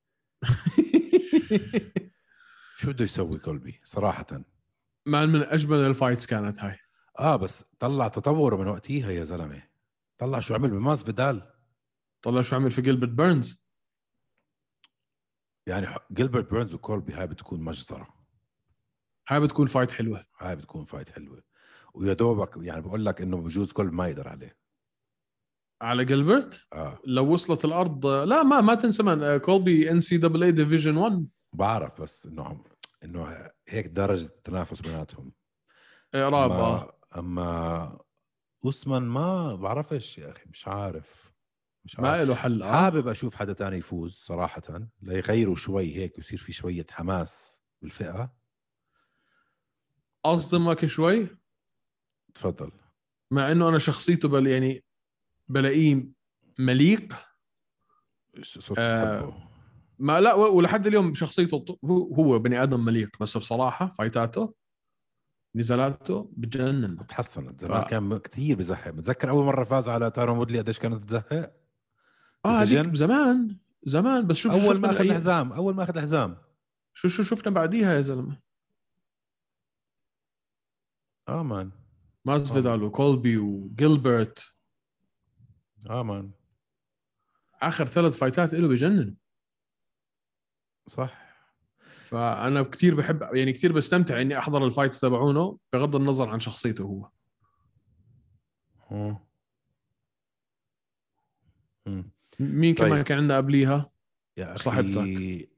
شو بده يسوي كولبي صراحه؟ ما من اجمل الفايتس كانت هاي. اه بس طلع تطوره من وقتها يا زلمه. طلع شو عمل بماس فيدال. طلع شو عمل في قلب بيرنز. يعني جيلبرت بيرنز وكولبي هاي بتكون مجزرة، هاي بتكون فايت حلوة. هاي بتكون فايت حلوة، ويا دوبك يعني بقول لك انه بجوز كولبي ما يقدر عليه. على جيلبرت اه لو وصلت الارض، لا ما ما تنسى من كولبي ان سي دبل اي ديفيجن واحد. بعرف، بس انه انه هيك درجة التنافس بيناتهم. قراب اما اه. اما اوسمان ما بعرفش يا اخي، مش عارف مش ما عارف له حل اه. حابب اشوف حدا تاني يفوز صراحة، ليغيروا شوي هيك ويصير في شوية حماس بالفئة. اصدمك شوي، تفضل. مع انه انا شخصيته بل يعني بلاقيه مليق. صرت آه تحبه؟ ما لا، ولحد اليوم شخصيته هو, هو بني ادم مليق، بس بصراحه فايتاته نزالاته بتجنن. تحسنت، ف زمان كان كثير بزهق. متذكر اول مرة فاز على تايرون وودلي قديش كانت بتزهق اه هذيك ديسيجن؟ زمان زمان، بس شوف شو اول شفنا ما اخذ بالايام، الحزام اول ما اخذ الحزام شو شو شفنا بعديها يا زلمه. اه مان اه مان ماسفيدال وكولبي وجيلبرت، اه مان اخر ثلاث فايتات له بجنن. صح. فانا كثير بحب يعني كثير بستمتع اني احضر الفايتس تبعونه بغض النظر عن شخصيته هو. مم. مم. مين كمان طيب كان عندنا قبليها؟ يا صاحبتك. اخي،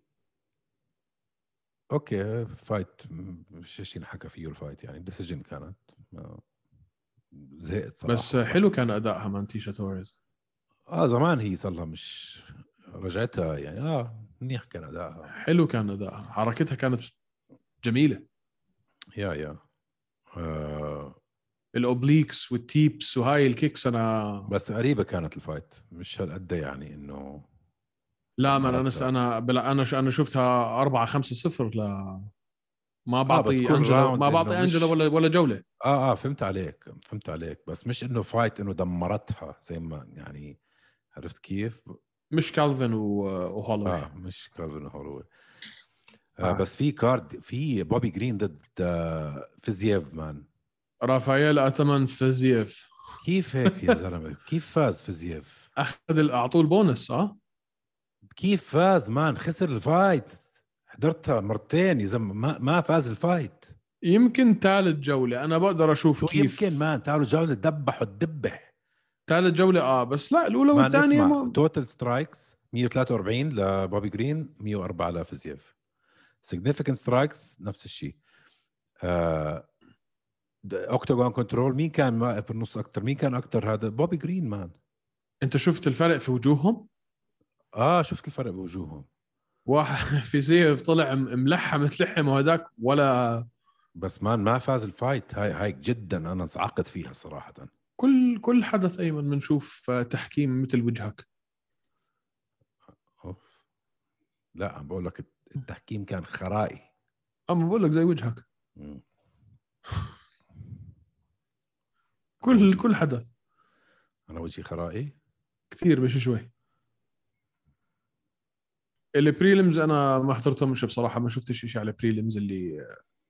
اوكي فايت مش شيء نحكى فيه الفايت، يعني ديسيجن كانت ما- زهقت بس صراحة. حلو كان ادائها مان تيشا توريز. اه زمان هي صار لها مش رجعتها يعني، اه منيح كان ادائها. حلو كان ادائها، حركتها كانت جميله. يا يا آه الاوبليكس والتيبس وهاي الكيكس انا. بس قريبة كانت الفايت، مش هالقد يعني انه لا ما انا دمرتها. انا بلا انا ش- انا شفتها أربعة خمسة صفر. لا ما اه بس بعطي كل انجلو، ما راوند انه بعطي انجلو مش ولا ولا جوله. اه اه فهمت عليك فهمت عليك بس مش انه فايت انه دمرتها زي ما يعني، عرفت كيف؟ مش كالفن و- وهولوي. اه مش كالفين هولوي. آه معك. بس في كارد في بوبي جرين ضد آه فيزييف مان. رافائيل اتمن فيزييف كيف هيك يا زلمه؟ كيف فاز فيزييف؟ اخذ اعطوه البونس اه. كيف فاز مان؟ خسر الفايت، حضرتها مرتين يا زلمه، ما ما فاز الفايت. يمكن ثالث جوله انا بقدر اشوف شو يمكن كيف. مان؟ تعالوا جوله دبحوا الدبح. ثالث جوله اه، بس لا الاولى مان والثانيه اسمع، ما. توتال سترايكس مية وثلاثة وأربعين لبوبي جرين، مية وأربعة لفيزييف. سيجنيفيكانت سترايكس نفس الشيء. آه اوكتاجون كنترول مين كان في النص اكثر؟ مين كان اكثر؟ هذا بوبي جرين مان. انت شفت الفرق في وجوههم؟ اه شفت الفرق بوجوههم. واحد في زيف طلع م- ملحم متلحم، وهداك ولا. بس مان ما فاز الفايت، هاي هاي جدا انا انصعقت فيها صراحه. كل كل حدث ايمن بنشوف آه، تحكيم مثل وجهك. أوف. لا عم بقول لك التحكيم كان خرائي. اما بقول لك زي وجهك. مم. انا كل وجهي كل حدث انا وجهي خرائي. كثير مش شوي. البريلمز انا ما حضرتهمش بصراحه، ما شفتش شيء على البريلمز اللي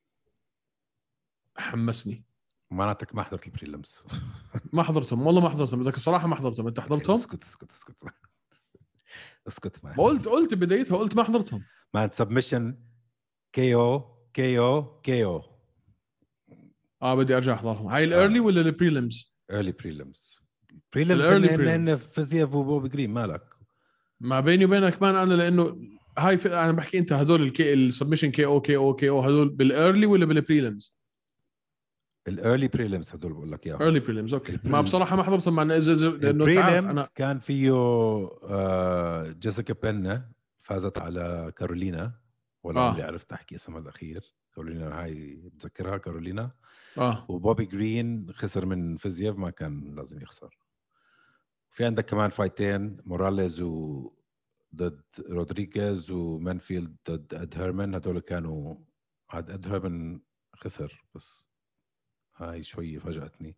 حمسني. معناتك ما حضرت البريلمز. ما حضرتهم والله، ما حضرتهم بدك الصراحه، ما حضرتهم. انت حضرتهم؟ اسكت اسكت اسكت اسكت مان. قلت قلت بدايتها قلت ما حضرتهم. مان سبمشن، كي او كي او كي او. اه بدي ارجع احضرهم. هاي الايرلي اه ولا البريلمز؟ ايرلي بريلمز. بريلمز هن الايرلي هن بريلمز. هن فيزياف وبوبي جرين مالك. ما بيني وبينك كمان انا لانه هاي في انا بحكي انت هدول الكي السبمشن كي او كي او كي او هدول بالايرلي ولا بالبريلمز؟ الايرلي بريلمز هدول بقول لك اياهم. ايرلي بريلمز اوكي. ما بصراحه ما حضرتهم مع إذا إذا لانه انت عارف البريلمز انا. كان فيه آه جيسيكا بينا فازت على كارولينا، ولا عمري اه عرفت احكي اسمها الاخير. كارولينا هاي بتذكرها كارولينا. اه وبوبي جرين خسر من فيزييف، ما كان لازم يخسر. في عندك كمان فايتين، موراليز و ضد رودريغيز، ومانفيلد ضد اد هيرمان. هدول كانوا عاد اد هيرمان خسر، بس هاي شوي فاجأتني.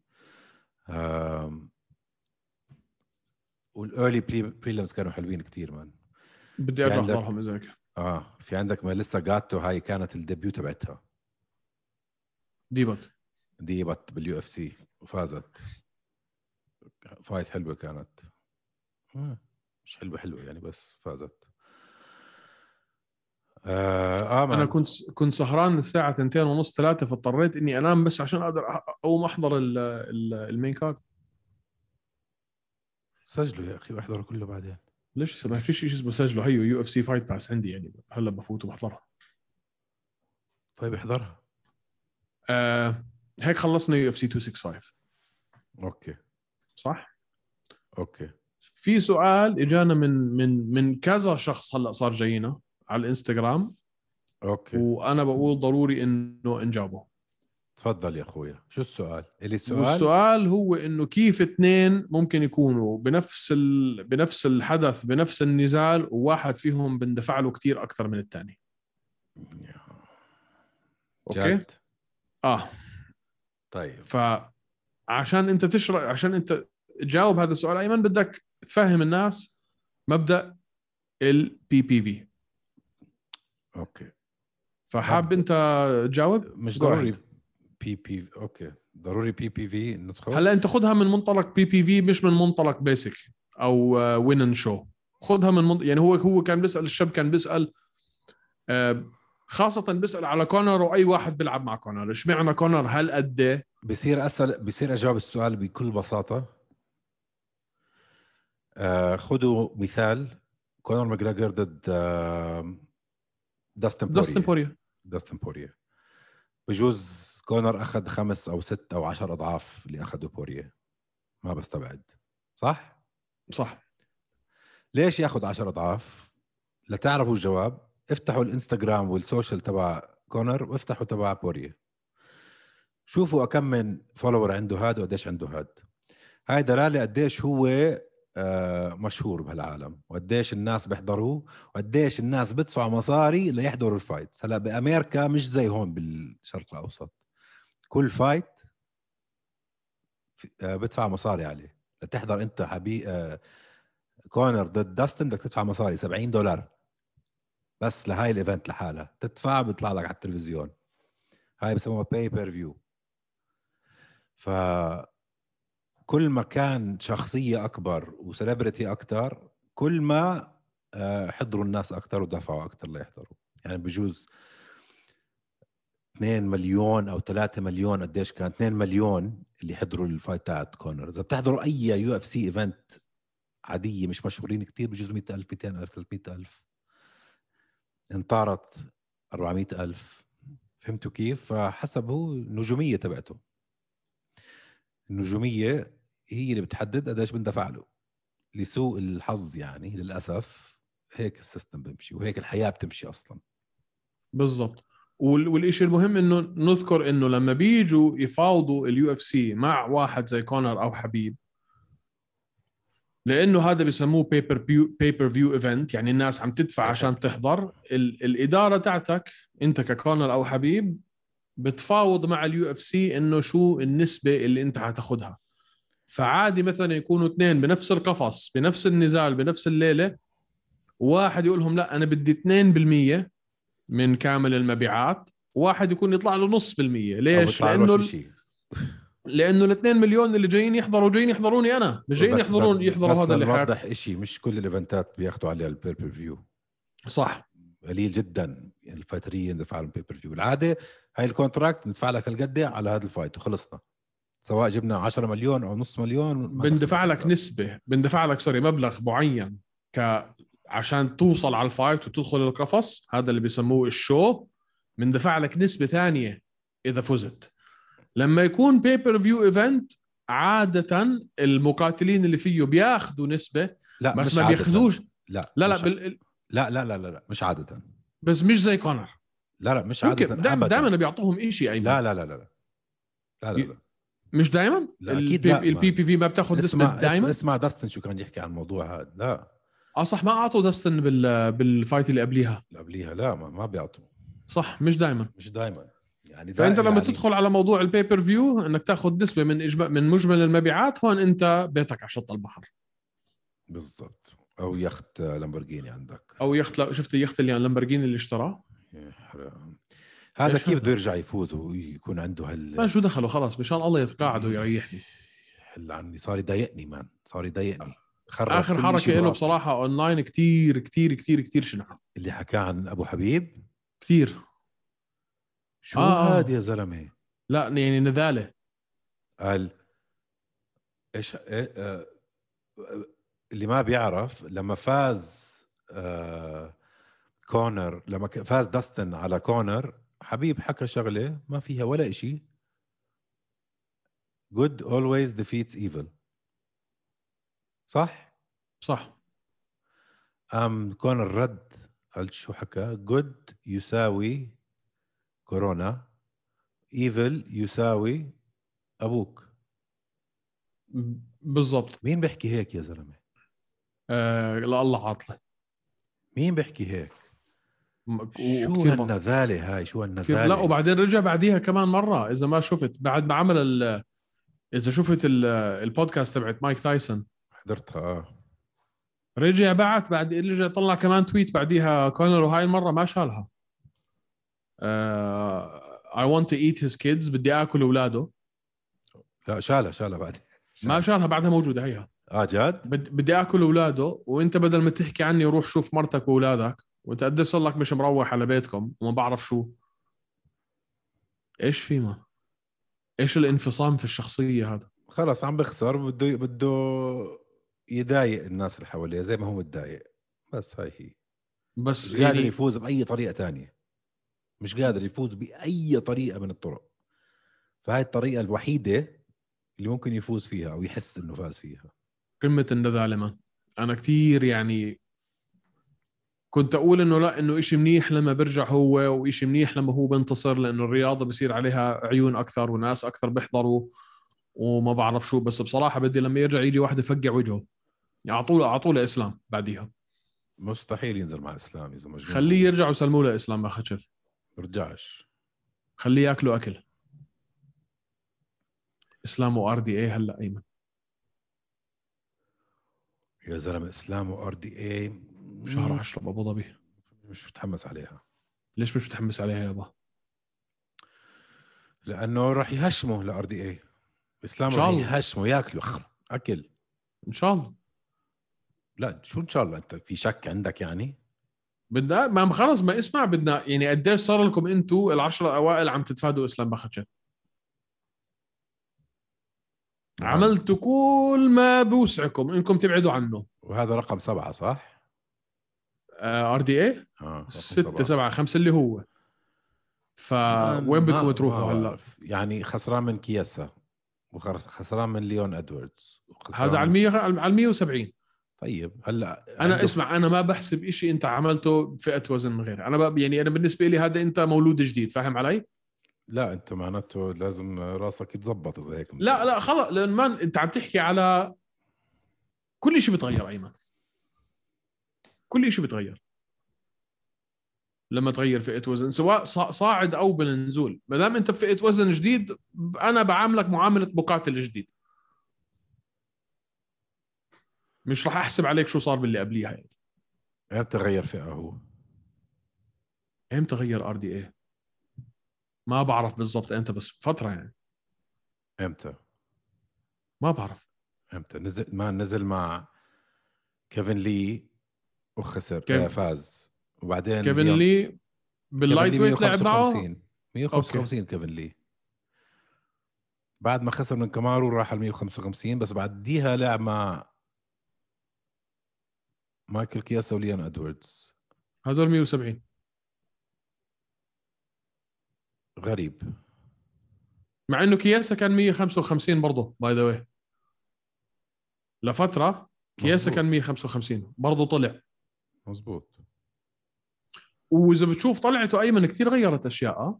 والايرلي بريلمز كانوا حلوين كتير مان. بدي في ارجع احضرهم عندك اذا هيك. اه في عندك ميليسا جاتو، هاي كانت الديبيو تبعتها. ديبت. ديبت باليو اف سي وفازت. فايت حلوه كانت. آه. مش حلوه حلوه يعني، بس فازت. اه, آه انا مان. كنت كنت سهران الساعه ثنتين ونص ثلاثة، فاضطريت اني انام بس عشان اقدر أ- اقوم احضر ال- ال- المين كارد. سجلوا يا اخي واحضروا كله بعدين. ليش ما فيش شيء اسمه سجله؟ هيو يو اف سي فايت باس عندي، يعني هلا بفوت وبحضرها. طيب احضرها. آه هيك خلصنا يو اف سي مئتين وخمسة وستين. اوكي صح. اوكي. في سؤال اجانا من من من كذا شخص هلا صار جاينا على الانستغرام، اوكي وانا بقول ضروري انه نجاوبه. تفضل يا اخويا، شو السؤال؟ اللي السؤال والسؤال هو انه كيف اثنين ممكن يكونوا بنفس ال... بنفس الحدث بنفس النزال، وواحد فيهم بندفع له كثير اكثر من الثاني. اوكي. جد؟ اه طيب فعشان انت تشرح، عشان انت تجاوب هذا السؤال ايمن، بدك تفهم الناس مبدأ البي بي في. اوكي. فحاب مبدأ. انت تجاوب؟ مش Go ضروري ahead. بي بي اوكي ضروري بي بي في ندخل. هلا انت خذها من منطلق بي بي في، مش من منطلق بيسك او وين ان شو. خذها من منطلق، يعني هو هو كان بيسال الشاب، كان بيسال آه، خاصة بيسال على كونر، واي واحد بيلعب مع كونر. اشمعنى كونر؟ هل قد بصير اسال بصير اجاوب السؤال بكل بساطه. آه خذوا مثال كونر ماجريجر ضد آه داستن بوريه. داستن بوريا. داستن بوريه بجوز كونر اخذ خمس او ست او عشر اضعاف اللي اخذه بوريه، ما بستبعد. صح صح. ليش ياخذ عشر اضعاف؟ لتعرفوا الجواب افتحوا الانستغرام والسوشيال تبع كونر وافتحوا تبع بوريه، شوفوا كم من فولور عنده هاد وقديش عنده هاد. هاي دلالة قديش هو آه مشهور بهالعالم، وقديش الناس بيحضروه، وقديش الناس بدفعوا مصاري ليحضروا الفايت. هلا بأمريكا مش زي هون بالشرق الأوسط، كل فايت آه بدفع مصاري عليه. لتحضر انت حبيب آه كونر ضد داستن بدك تدفع مصاري سبعين دولار بس لهاي الايفنت لحالها، تدفع بيطلع لك على التلفزيون. هاي بسموها باي بير فيو. ف كل ما كان شخصية أكبر وسليبرتي أكتر، كل ما حضروا الناس أكتر ودفعوا أكتر ليحضروا. يعني بجوز اثنين مليون أو ثلاثة مليون، قديش كان اثنين مليون اللي حضروا الفايت تاعت كونر. إذا بتحضروا أي يو اف سي إيفنت عادية مش مشهورين كتير، بجوز مئة ألف مئتين ألف ثلاثمئة ألف، انطارت أربعمئة ألف. فهمتوا كيف؟ فحسب هو النجومية تبعته. النجومية هي اللي بتحدد قديش بندفع له. لسوء الحظ يعني للأسف هيك السيستم بيمشي، وهيك الحياة بتمشي أصلا. بالضبط. والشيء المهم انه نذكر انه لما بيجوا يفاوضوا اليو اف سي مع واحد زي كونر او حبيب، لانه هذا بيسموه بيبر بيو بيبر فيو ايفنت، يعني الناس عم تدفع عشان تحضر. ال الاداره تاعتك انت ككونر او حبيب بتفاوض مع اليو اف سي انه شو النسبه اللي انت حتاخدها. فعادي مثلا يكونوا اثنين بنفس القفص بنفس النزال بنفس الليله، واحد يقول لهم لا انا بدي اثنين بالمية من كامل المبيعات، واحد يكون يطلع له نص بالمية. ليش؟ لانه ال... لانه الاثنين مليون اللي جايين يحضروا جايين يحضروني انا، مش جايين يحضرون بس يحضروا بس هذا اللي حياك. نوضح إشي، مش كل الايفنتات بياخدوا عليها البيبر فيو. صح. قليل جدا الفايتريين ندفع لهم بيبر فيو. بالعاده هاي الكونتراكت ندفع لك القد على هذا الفايت وخلصنا، سواء جبنا عشرة مليون او نص مليون. بندفع لك نسبه، بندفع لك سوري مبلغ معين ك عشان توصل على الفايت وتدخل القفص، هذا اللي بيسموه الشو. بندفع لك نسبه ثانيه اذا فزت. لما يكون بيبر فيو ايفنت عاده المقاتلين اللي فيه بياخذوا نسبه، لا بس مش ما بياخذوش. لا لا لا مش بال... لا لا لا لا لا مش عاده. بس مش زي كونر. لا لا مش عاده دائما دائما بيعطوهم شيء ايمن. لا لا لا لا لا لا, لا, لا. مش دائما. اكيد لا. البي بي في ما بتاخذ نسبه دائما. اسمع داستن شو كان يحكي عن الموضوع هذا. لا اه صح، ما اعطوا داستن بال بالفايت اللي قبليها. اللي قبليها لا ما, ما بيعطوا. صح مش دائما. مش دائما يعني. فانت لما يعني تدخل على موضوع البيبر فيو انك تاخذ نسبه من إجماع من مجمل المبيعات، هون انت بيتك على شط البحر. بالضبط. او يخت لامبورجيني عندك، او يخت. شفت اليخت اللي يعني لامبورجيني اللي اشتراه؟ هذا كيف بده يرجع يفوز ويكون عنده هال ما شو دخله، خلاص مشان الله يتقاعد ويريحني. حل عني، صار يضايقني مان، صار يضايقني. خرب اخر كل حركه شيء له براسه. بصراحه اونلاين كتير كتير كتير كتير شنع اللي حكاه عن ابو حبيب كتير. شو آه هاد آه. يا زلمه؟ لا يعني نذاله. قال ايش إيه آه اللي ما بيعرف لما فاز آه كونر، لما ك- فاز داستن على كونر، حبيب حكى شغله ما فيها ولا إشي: good always defeats evil. صح؟ صح. ام كونر رد قال شو حكى: good يساوي كورونا، evil يساوي ابوك. بالضبط. مين بيحكي هيك يا زلمه؟ آه لا الله عاطله. مين بيحكي هيك؟ م- شو وكتير م- هالنذاله هاي؟ شو كتير. لا هالنذاله؟ وبعدين رجع بعديها كمان مره، اذا ما شفت بعد ما عمل ال... اذا شفت ال... البودكاست تبعت مايك تايسون، حضرتها اه. رجع بعت بعد رجع طلع كمان تويت بعديها كونر، وهاي المره ما شالها. آه... I want to eat his kids، بدي اكل اولاده. لا شالها شالها بعد. ما شالها بعدها موجوده هيها. اه جد؟ بد... بدي اكل اولاده، وانت بدل ما تحكي عني روح شوف مرتك واولادك، وانت قد صار لك مش مروح على بيتكم وما بعرف شو. ايش في ما ايش الانفصام في الشخصيه هذا؟ خلص عم بخسر، بده بده يضايق الناس اللي حواليه زي ما هو متضايق. بس هاي هي. بس مش قادر يعني يفوز بأي طريقة تانية، مش قادر يفوز بأي طريقة من الطرق. فهاي الطريقة الوحيدة اللي ممكن يفوز فيها أو يحس إنه فاز فيها. قمه النذاله ما انا كتير يعني كنت اقول انه لا، انه إشي منيح لما برجع هو، وإشي منيح لما هو بنتصر، لانه الرياضه بصير عليها عيون اكثر وناس اكثر بيحضروا وما بعرف شو. بس بصراحه بدي لما يرجع يجي واحد يفقع وجهه، اعطوله اعطوله اسلام بعديها. مستحيل ينزل مع إسلام إذا مجنون. خليه هو يرجع وسلموا له اسلام ما خشف. برجعش. خليه ياكلوا اكل اسلام وار دي اي هلا ايمن. يا زلمة إسلام وار دي اي شهر عشرة بابو ظبي. مش متحمس عليها. ليش مش متحمس عليها يابا؟ لأنه راح يهشمه لار دي اي. إسلام إن راح شاء الله. يهشمه ياكله أكل. ان شاء الله. لا شو إن شاء الله؟ أنت في شك عندك يعني؟ بدنا ما خلص ما اسمع، بدنا يعني قديش صار لكم انتوا العشرة الاوائل عم تتفادوا اسلام بخشف؟ عملتوا كل ما بوسعكم انكم تبعدوا عنه. وهذا رقم سبعة صح؟ ار دي اي اه رقم ستة سبعة خمسة اللي هو. ما فوين بدكم ما تروحوا ما هلا؟ بعرف. يعني خسران من كياسا، وخسران من ليون ادواردز، هذا على من... المية على المية وسبعين. طيب هلا انا عنده... اسمع، انا ما بحسب إشي انت عملته بفئة وزن غير. انا ب... يعني انا بالنسبة لي هذا انت مولود جديد، فاهم علي؟ لا انت معناته لازم راسك يتزبط اذا هيك. لا لا خلص، لان ما انت عم تحكي على كل شيء بتغير ايمن. كل شيء بتغير لما تغير فئة وزن، سواء صاعد او بالنزول. ما دام انت بفئة وزن جديد، انا بعاملك معاملة مقاتل جديد، مش راح احسب عليك شو صار باللي قبليها. يعني امتى غير فئه هو؟ امتى غير ار دي اي؟ ما بعرف بالضبط امتى، بس فترة يعني. امتى؟ ما بعرف امتى نزل؟ ما نزل مع كيفن لي وخسر. كيف... آه فاز. وبعدين كيفن ليون... لي باللايت ويت لعب معه مية وخمسة وخمسين كيفن لي. بعد ما خسر من كامارو راح ال مية وخمسة وخمسين، بس بعد ديها لعب مع مايكل كياسا وليون ادواردز. هدول مية وسبعين. غريب. مع انه كياسا كان مية وخمسة وخمسين برضه باي ذا واي لفترة. كياسا مزبوط. كان مية وخمسة وخمسين برضه طلع. مزبوط. واذا بتشوف طلعته ايمن كثير غيرت اشياء. أه؟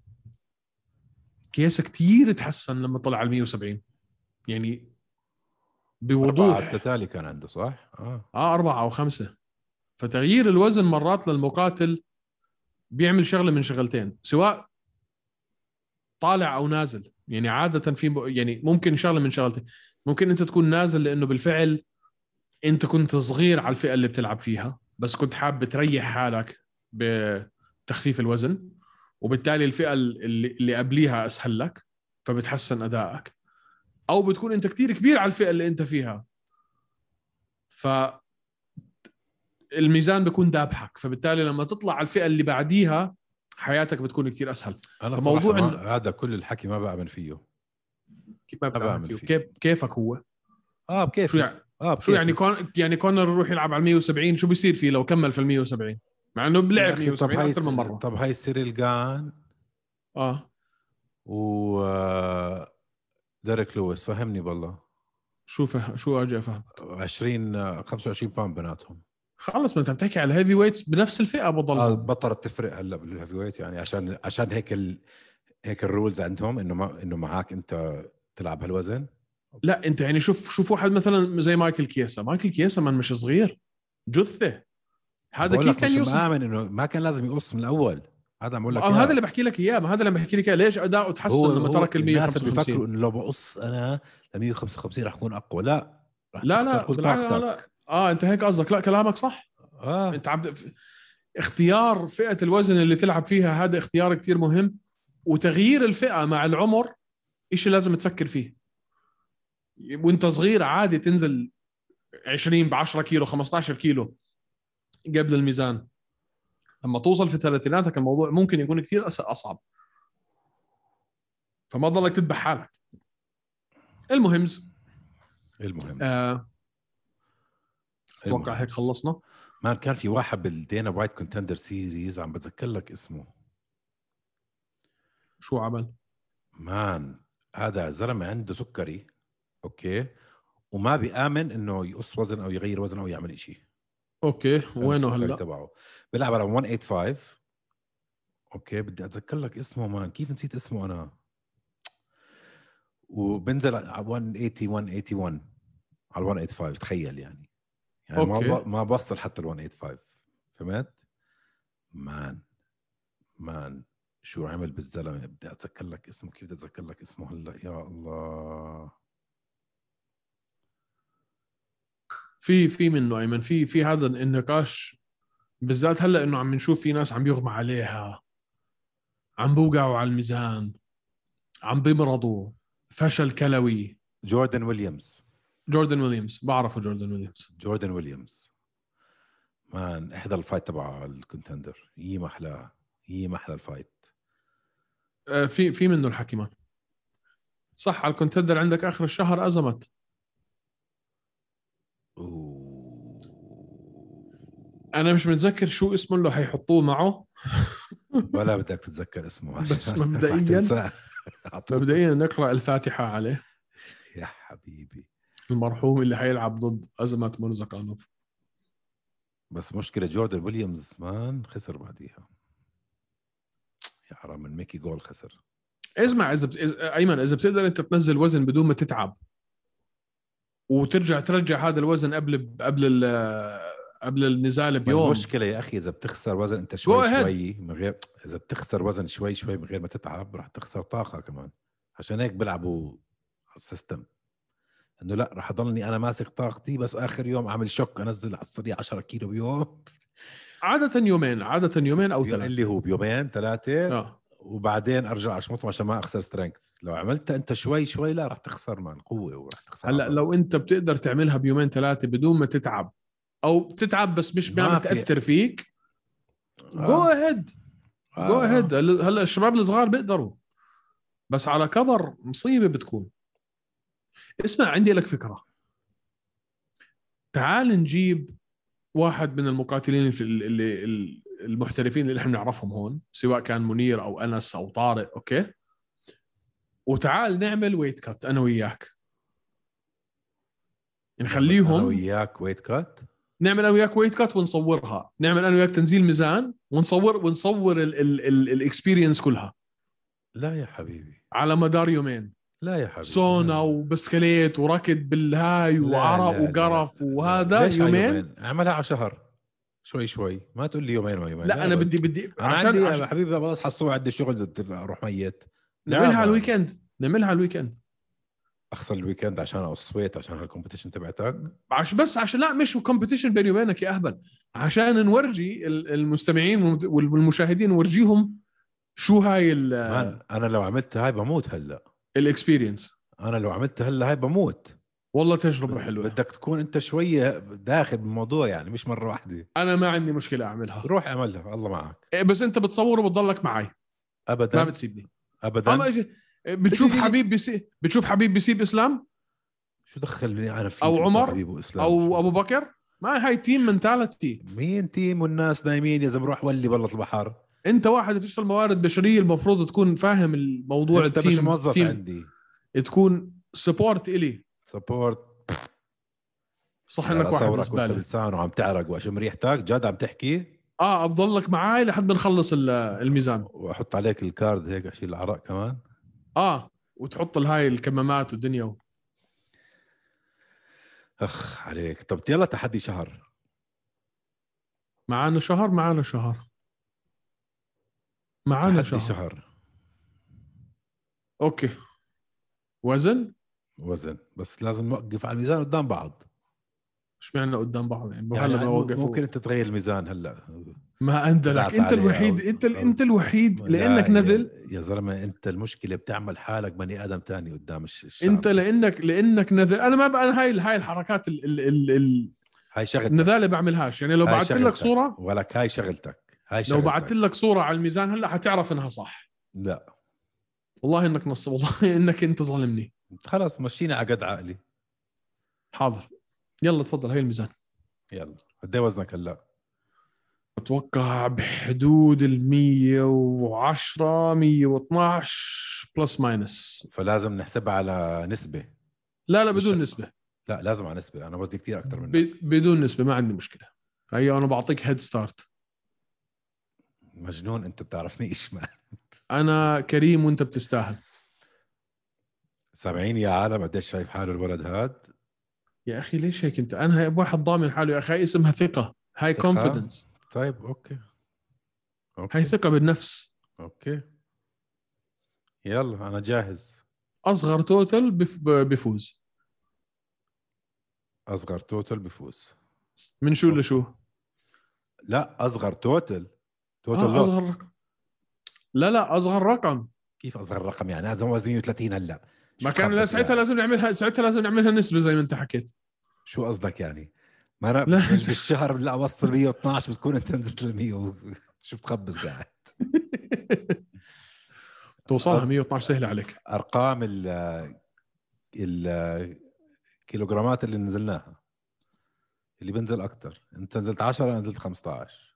كياسا كثير تحسن لما طلع على مية وسبعين، يعني بوضوح. أربعة تتالي كان عنده صح؟ آه. اه أربعة أو خمسة. فتغيير الوزن مرات للمقاتل بيعمل شغلة من شغلتين، سواء طالع أو نازل. يعني عادة في يعني ممكن شغلة من شغلتين. ممكن أنت تكون نازل لأنه بالفعل أنت كنت صغير على الفئة اللي بتلعب فيها، بس كنت حاب تريح حالك بتخفيف الوزن، وبالتالي الفئة اللي, اللي قبليها أسهل لك فبتحسن أدائك. أو بتكون أنت كتير كبير على الفئة اللي أنت فيها، ف الميزان بيكون دابحك، فبالتالي لما تطلع على الفئة اللي بعديها حياتك بتكون كتير أسهل. انا فموضوع صراحة إن... ما... هذا كل الحكي ما بأمن فيه. كيف ما بتعمل فيه؟ كيف كيفك هو؟ اه بكيف شو يعني اه شو يعني كون يعني كونر يروح يلعب على مية وسبعين، شو بيصير فيه لو كمل في ال مية وسبعين مع انه بلعب مية وسبعين اكثر من مره؟ طب هاي سيريل جان اه و ديريك لويس فهمني بالله. شو فه... شو اجي افهم؟ عشرين خمسة وعشرين باوند بيناتهم. خلص ما انت بتحكي على الهيفي ويتس بنفس الفئه بضلهم. اه بطلت تفرق هلا بالهيفي ويت يعني عشان عشان هيك ال... هيك الرولز عندهم انه ما انه معك انت تلعب هالوزن. لا انت يعني شوف شوف واحد مثلا زي مايكل كياسا، مايكل كياسا من مش صغير، جثه. هذا كيف كان يوصل؟ مآمن انه ما كان لازم يقص من الاول. هذا عم بقول لك هذا اللي بحكي لك اياه، ما هذا اللي بحكي لك اياه. ليش اداؤه تحسن لما ترك ال مية وخمسة وخمسين؟ الناس بيفكروا انه لو بقص انا ل مية وخمسة وخمسين رح اكون اقوى. لا رح لا تخسر لا كل بالعكس. طاقتك. لا اه انت هيك قصدك. لا كلامك صح. اه انت عبد اختيار فئه الوزن اللي تلعب فيها هذا اختيار كتير مهم، وتغيير الفئه مع العمر إشي لازم تفكر فيه. وانت صغير عادي تنزل عشرين ب عشرة كيلو خمسة عشر كيلو قبل الميزان. لما توصل في ثلاثيناتك الموضوع ممكن يكون كتير أصعب، فما ضلك تذبح حالك. المهم المهم آه، اتوقع هيك خلصنا. ما كان في واحد بالدينا وايت كونتندر سيريز عم بتذكر لك اسمه شو عمل؟ مان هذا زلمه عنده سكري اوكي، وما بيآمن انه يقص وزن او يغير وزن او يعمل إشي. اوكي وينه هلا؟ تبعه بيلعب على مية وثمانية وثمانين. اوكي بدي اتذكر لك اسمه مان، كيف نسيت اسمه انا. وبنزل على مية وثمانين مية وواحد وثمانين على مية وثمانية وثمانين. تخيل يعني يعني أوكي. ما ب... ما بوصل حتى ال مية وثمانية وثمانين. فهمت مان؟ مان شو عمل بالزلمه. بدي اتذكر لك اسمه. كيف بدي اتذكر لك اسمه هلا يا الله. في في منه ايمن، في في هذا النقاش بالذات هلا، انه عم نشوف في ناس عم يغمى عليها، عم بوقعوا على الميزان، عم بيمرضوا، فشل كلوي. جوردن ويليامز. جوردن ويليامز بعرفه. جوردن ويليامز جوردن ويليامز مان احدى الفايت تبع الكونتندر. يي محلى يي محلى الفايت. آه في في منه الحكي مان. صح على الكونتندر عندك اخر الشهر ازمت. أوه. انا مش متذكر شو اسمه اللي حيحطوه معه. ولا بدك تتذكر اسمه بس مبدئيا مبدئيا نقرأ الفاتحة عليه يا حبيبي. المرحوم اللي حيلعب ضد أزمة مرزقانوف. بس مشكلة جوردن ويليامز مان خسر بعديها. يا حرام من ميكي جول خسر. اسمع إذا بت... أيمن إذا بتقدر أنت تنزل وزن بدون ما تتعب وترجع ترجع هذا الوزن قبل قبل ال... قبل النزال بيوم. المشكلة يا أخي إذا بتخسر وزن أنت شوي شوي من غير، إذا بتخسر وزن شوي شوي من غير ما تتعب راح تخسر طاقة كمان. عشان هيك بيلعبوا على السيستم إنه لا راح أضلني أنا ماسك طاقتي بس آخر يوم أعمل شوك أنزل على السريع عشرة كيلو بيوم. عادة يومين عادة يومين أو ثلاثة اللي هو بيومين ثلاثة آه. وبعدين أرجع أشمطهم عشان ما أخسر سترينث. لو عملت أنت شوي شوي لا راح تخسر مان قوة وراح تخسر. هلا لو أنت بتقدر تعملها بيومين ثلاثة بدون ما تتعب أو تتعب بس مش ما بتأثر فيك جو أهيد جو أهيد. هلا الشباب الصغار بيقدروا بس على كبر مصيبة بتكون. اسمع عندي لك فكرة. تعال نجيب واحد من المقاتلين اللي المحترفين اللي احنا نعرفهم هون، سواء كان منير او انس او طارق، اوكي، وتعال نعمل ويت كات انا وياك. نخليهم انا وياك ويت كات. نعمل انا وياك ويت كات ونصورها. نعمل انا وياك تنزيل ميزان ونصور ونصور الاكسبيرينس كلها. لا يا حبيبي على مدار يومين. لا يا حبيبي. سونا وبسكليت وركض بالهاي وعرق وقرف وهذا. يومين. يومين اعملها على شهر شوي شوي. ما تقول لي يومين ويومين. لا, لا انا بدي بدي انا عشان عندي عشان... حبيبي بصحى الصبح عندي شغل بدي اروح ميت. نعملها على الويكند. نعملها على الويكند. اخسر الويكند عشان اصويت عشان هالكومبيتيشن تبعتك. عش بس عشان لا مش كومبيتيشن بيني وبينك يا اهبل. عشان نورجي المستمعين والمشاهدين نورجيهم شو هاي ال انا لو عملت هاي بموت هلا. الاكسبيرينس. انا لو عملت هلا هاي بموت. والله تجربة حلوة. بدك تكون انت شويه داخل بالموضوع يعني، مش مره واحده. انا ما عندي مشكلة اعملها. روح اعملها الله معك. إيه بس انت بتصور وبتضلك معي، ما ابدا بتسيبني. ابدا. اما إجي- بتشوف حبيب بيسيب بتشوف حبيب بيسيب اسلام شو دخلني انا فيك او انت عمر حبيب واسلام؟ او ابو بكر؟ ما هاي تيم منتاليتي. مين تيم والناس نايمين يا زلمه؟ روح ولي بلط البحر. انت واحد بتشتغل موارد بشريه، المفروض تكون فاهم الموضوع. انت مش التيم موظف تيم عندي. تكون سبورت الي. سبورت. صح على انك واحد صورك وانت زباله. بلسان وعم تعرق واشم ريحتك جد عم تحكي. اه بضلك معاي لحد ما نخلص ال- الميزان. واحط عليك الكارد هيك اشيل العرق كمان. اه وتحط الهاي الكمامات والدنيا و... اخ عليك. طب يلا تحدي شهر. معانا شهر معانا شهر معانا تحدي شهر. شهر. اوكي. وزن. وزن بس لازم نوقف على الميزان قدام بعض. ايش معنى قدام بعض يعني؟ يعني هلا بوقفوا. ممكن انت تغير الميزان هلا. ما انت لك، تدعس انت عليه الوحيد، أو- انت ال... أو- انت الوحيد لا لانك يا- نذل. يا زلمه انت المشكله بتعمل حالك بني ادم تاني قدام الش- الشعب. انت لانك لانك نذل. انا ما بقى أنا هاي هاي الحركات ال... ال... ال... ال... هاي شغلتك. النذاله بعملهاش. يعني لو هاي بعثت لك شغلتك. صوره، ولك هاي شغلتك. هاي لو شغلتك. بعثت لك صوره على الميزان هلا حتعرف انها صح. لا والله انك نص، والله انك انت ظالمني. خلاص مشينا على قد عقلي. حاضر. يلا تفضل هاي الميزان. يلا قد ايه وزنك هلا؟ اتوقع بحدود ال مية وعشرة مية واثناشر بلس ماينس. فلازم نحسبها على نسبه. لا لا مش- بدون نسبه. لا لازم على نسبه. انا وزني كثير اكثر منك. ب... بدون نسبه ما عندي مشكله. هي انا بعطيك هيد ستارت. مجنون انت بتعرفنيش ما. انا كريم وانت بتستاهل. سامعين يا عالم قديش شايف حاله الولد هاد. يا اخي ليش هيك انت؟ انا هاي واحد ضامن حاله يا اخي. هاي اسمها ثقه. هاي ثقة؟ كونفيدنس. طيب اوكي. اوكي هاي ثقه بالنفس. اوكي يلا انا جاهز. اصغر توتل بف... بفوز. اصغر توتل بفوز. من شو لشو؟ لا اصغر توتل. توتل آه لوس. اصغر رقم. لا لا اصغر رقم. كيف اصغر رقم يعني؟ لازم وزني مية وثلاثين هلا. شو ما كان تخبص ساعتها يعني؟ لازم نعملها، ساعتها لازم نعملها نسبه زي ما انت حكيت. شو قصدك يعني؟ ما انا لا. بالشهر لا اوصل مية واثناشر بتكون انت نزلت ل مية و... شو بتخبص قاعد؟ توصلها أص- مية واثناشر سهل عليك. ارقام ال الكيلوغرامات اللي نزلناها. اللي بنزل اكثر. انت نزلت عشرة انا نزلت خمسة عشر.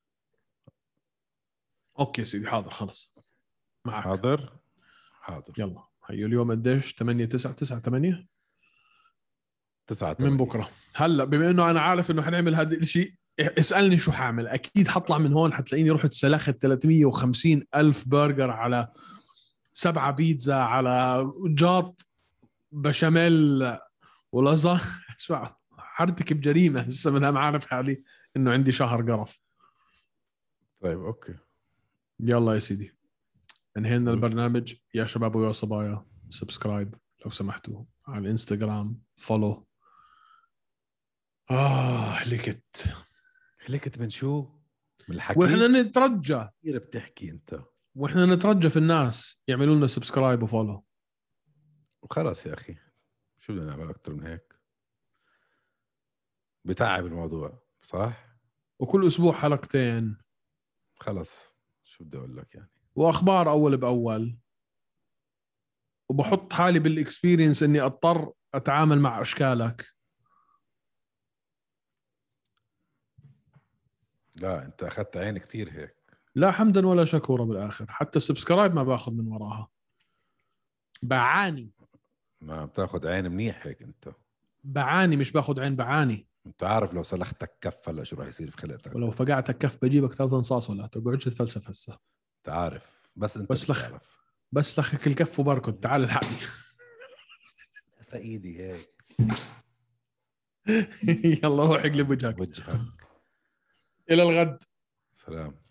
اوكي سيدي حاضر خلص معك. حاضر حاضر. يلا هيو اليوم قديش؟ ثمانية تسعة تسعة ثمانية تسعة من بكره. هلا بما انه انا عارف انه حنعمل هذا الشيء، اسالني شو حاعمل. اكيد حطلع من هون حتلاقيني رحت سلخت ثلاثمية وخمسين الف برجر على سبعة بيتزا على جاط بشاميل ولازا. اسمع حرتك بجريمه هسه من ما عارف حالي انه عندي شهر قرف. طيب اوكي يلا يا سيدي انهينا البرنامج. يا شباب ويا صبايا سبسكرايب لو سمحتوا على الانستغرام، فولو. اه لكت هلكت من شو؟ من الحكي. واحنا نترجى كثير بتحكي انت. واحنا نترجى في الناس يعملوا لنا سبسكرايب وفولو. وخلاص يا اخي شو بدنا نعمل اكثر من هيك؟ بتعب الموضوع صح؟ وكل اسبوع حلقتين خلص شو بدي اقول لك يعني. واخبار اول باول، وبحط حالي بالاكسبيرينس اني اضطر اتعامل مع اشكالك. لا انت اخذت عين كثير هيك. لا حمدا ولا شكورا بالاخر. حتى السبسكرايب ما باخذ من وراها، بعاني. ما بتاخذ عين منيح هيك انت. بعاني مش باخذ عين، بعاني. انت عارف لو سلختك كف هلا شو راح يصير في خلقتك. ولو فقعتك كف بجيبك ثلاث انصاص. ولا تقعدش تتفلسف هسه. انت عارف بس انت بس لخ بتعرف. بس لخك الكف وبركض. تعال الحقني. فايدي هيك. يلا روح اقلب وجهك. وجهك. الى الغد. سلام.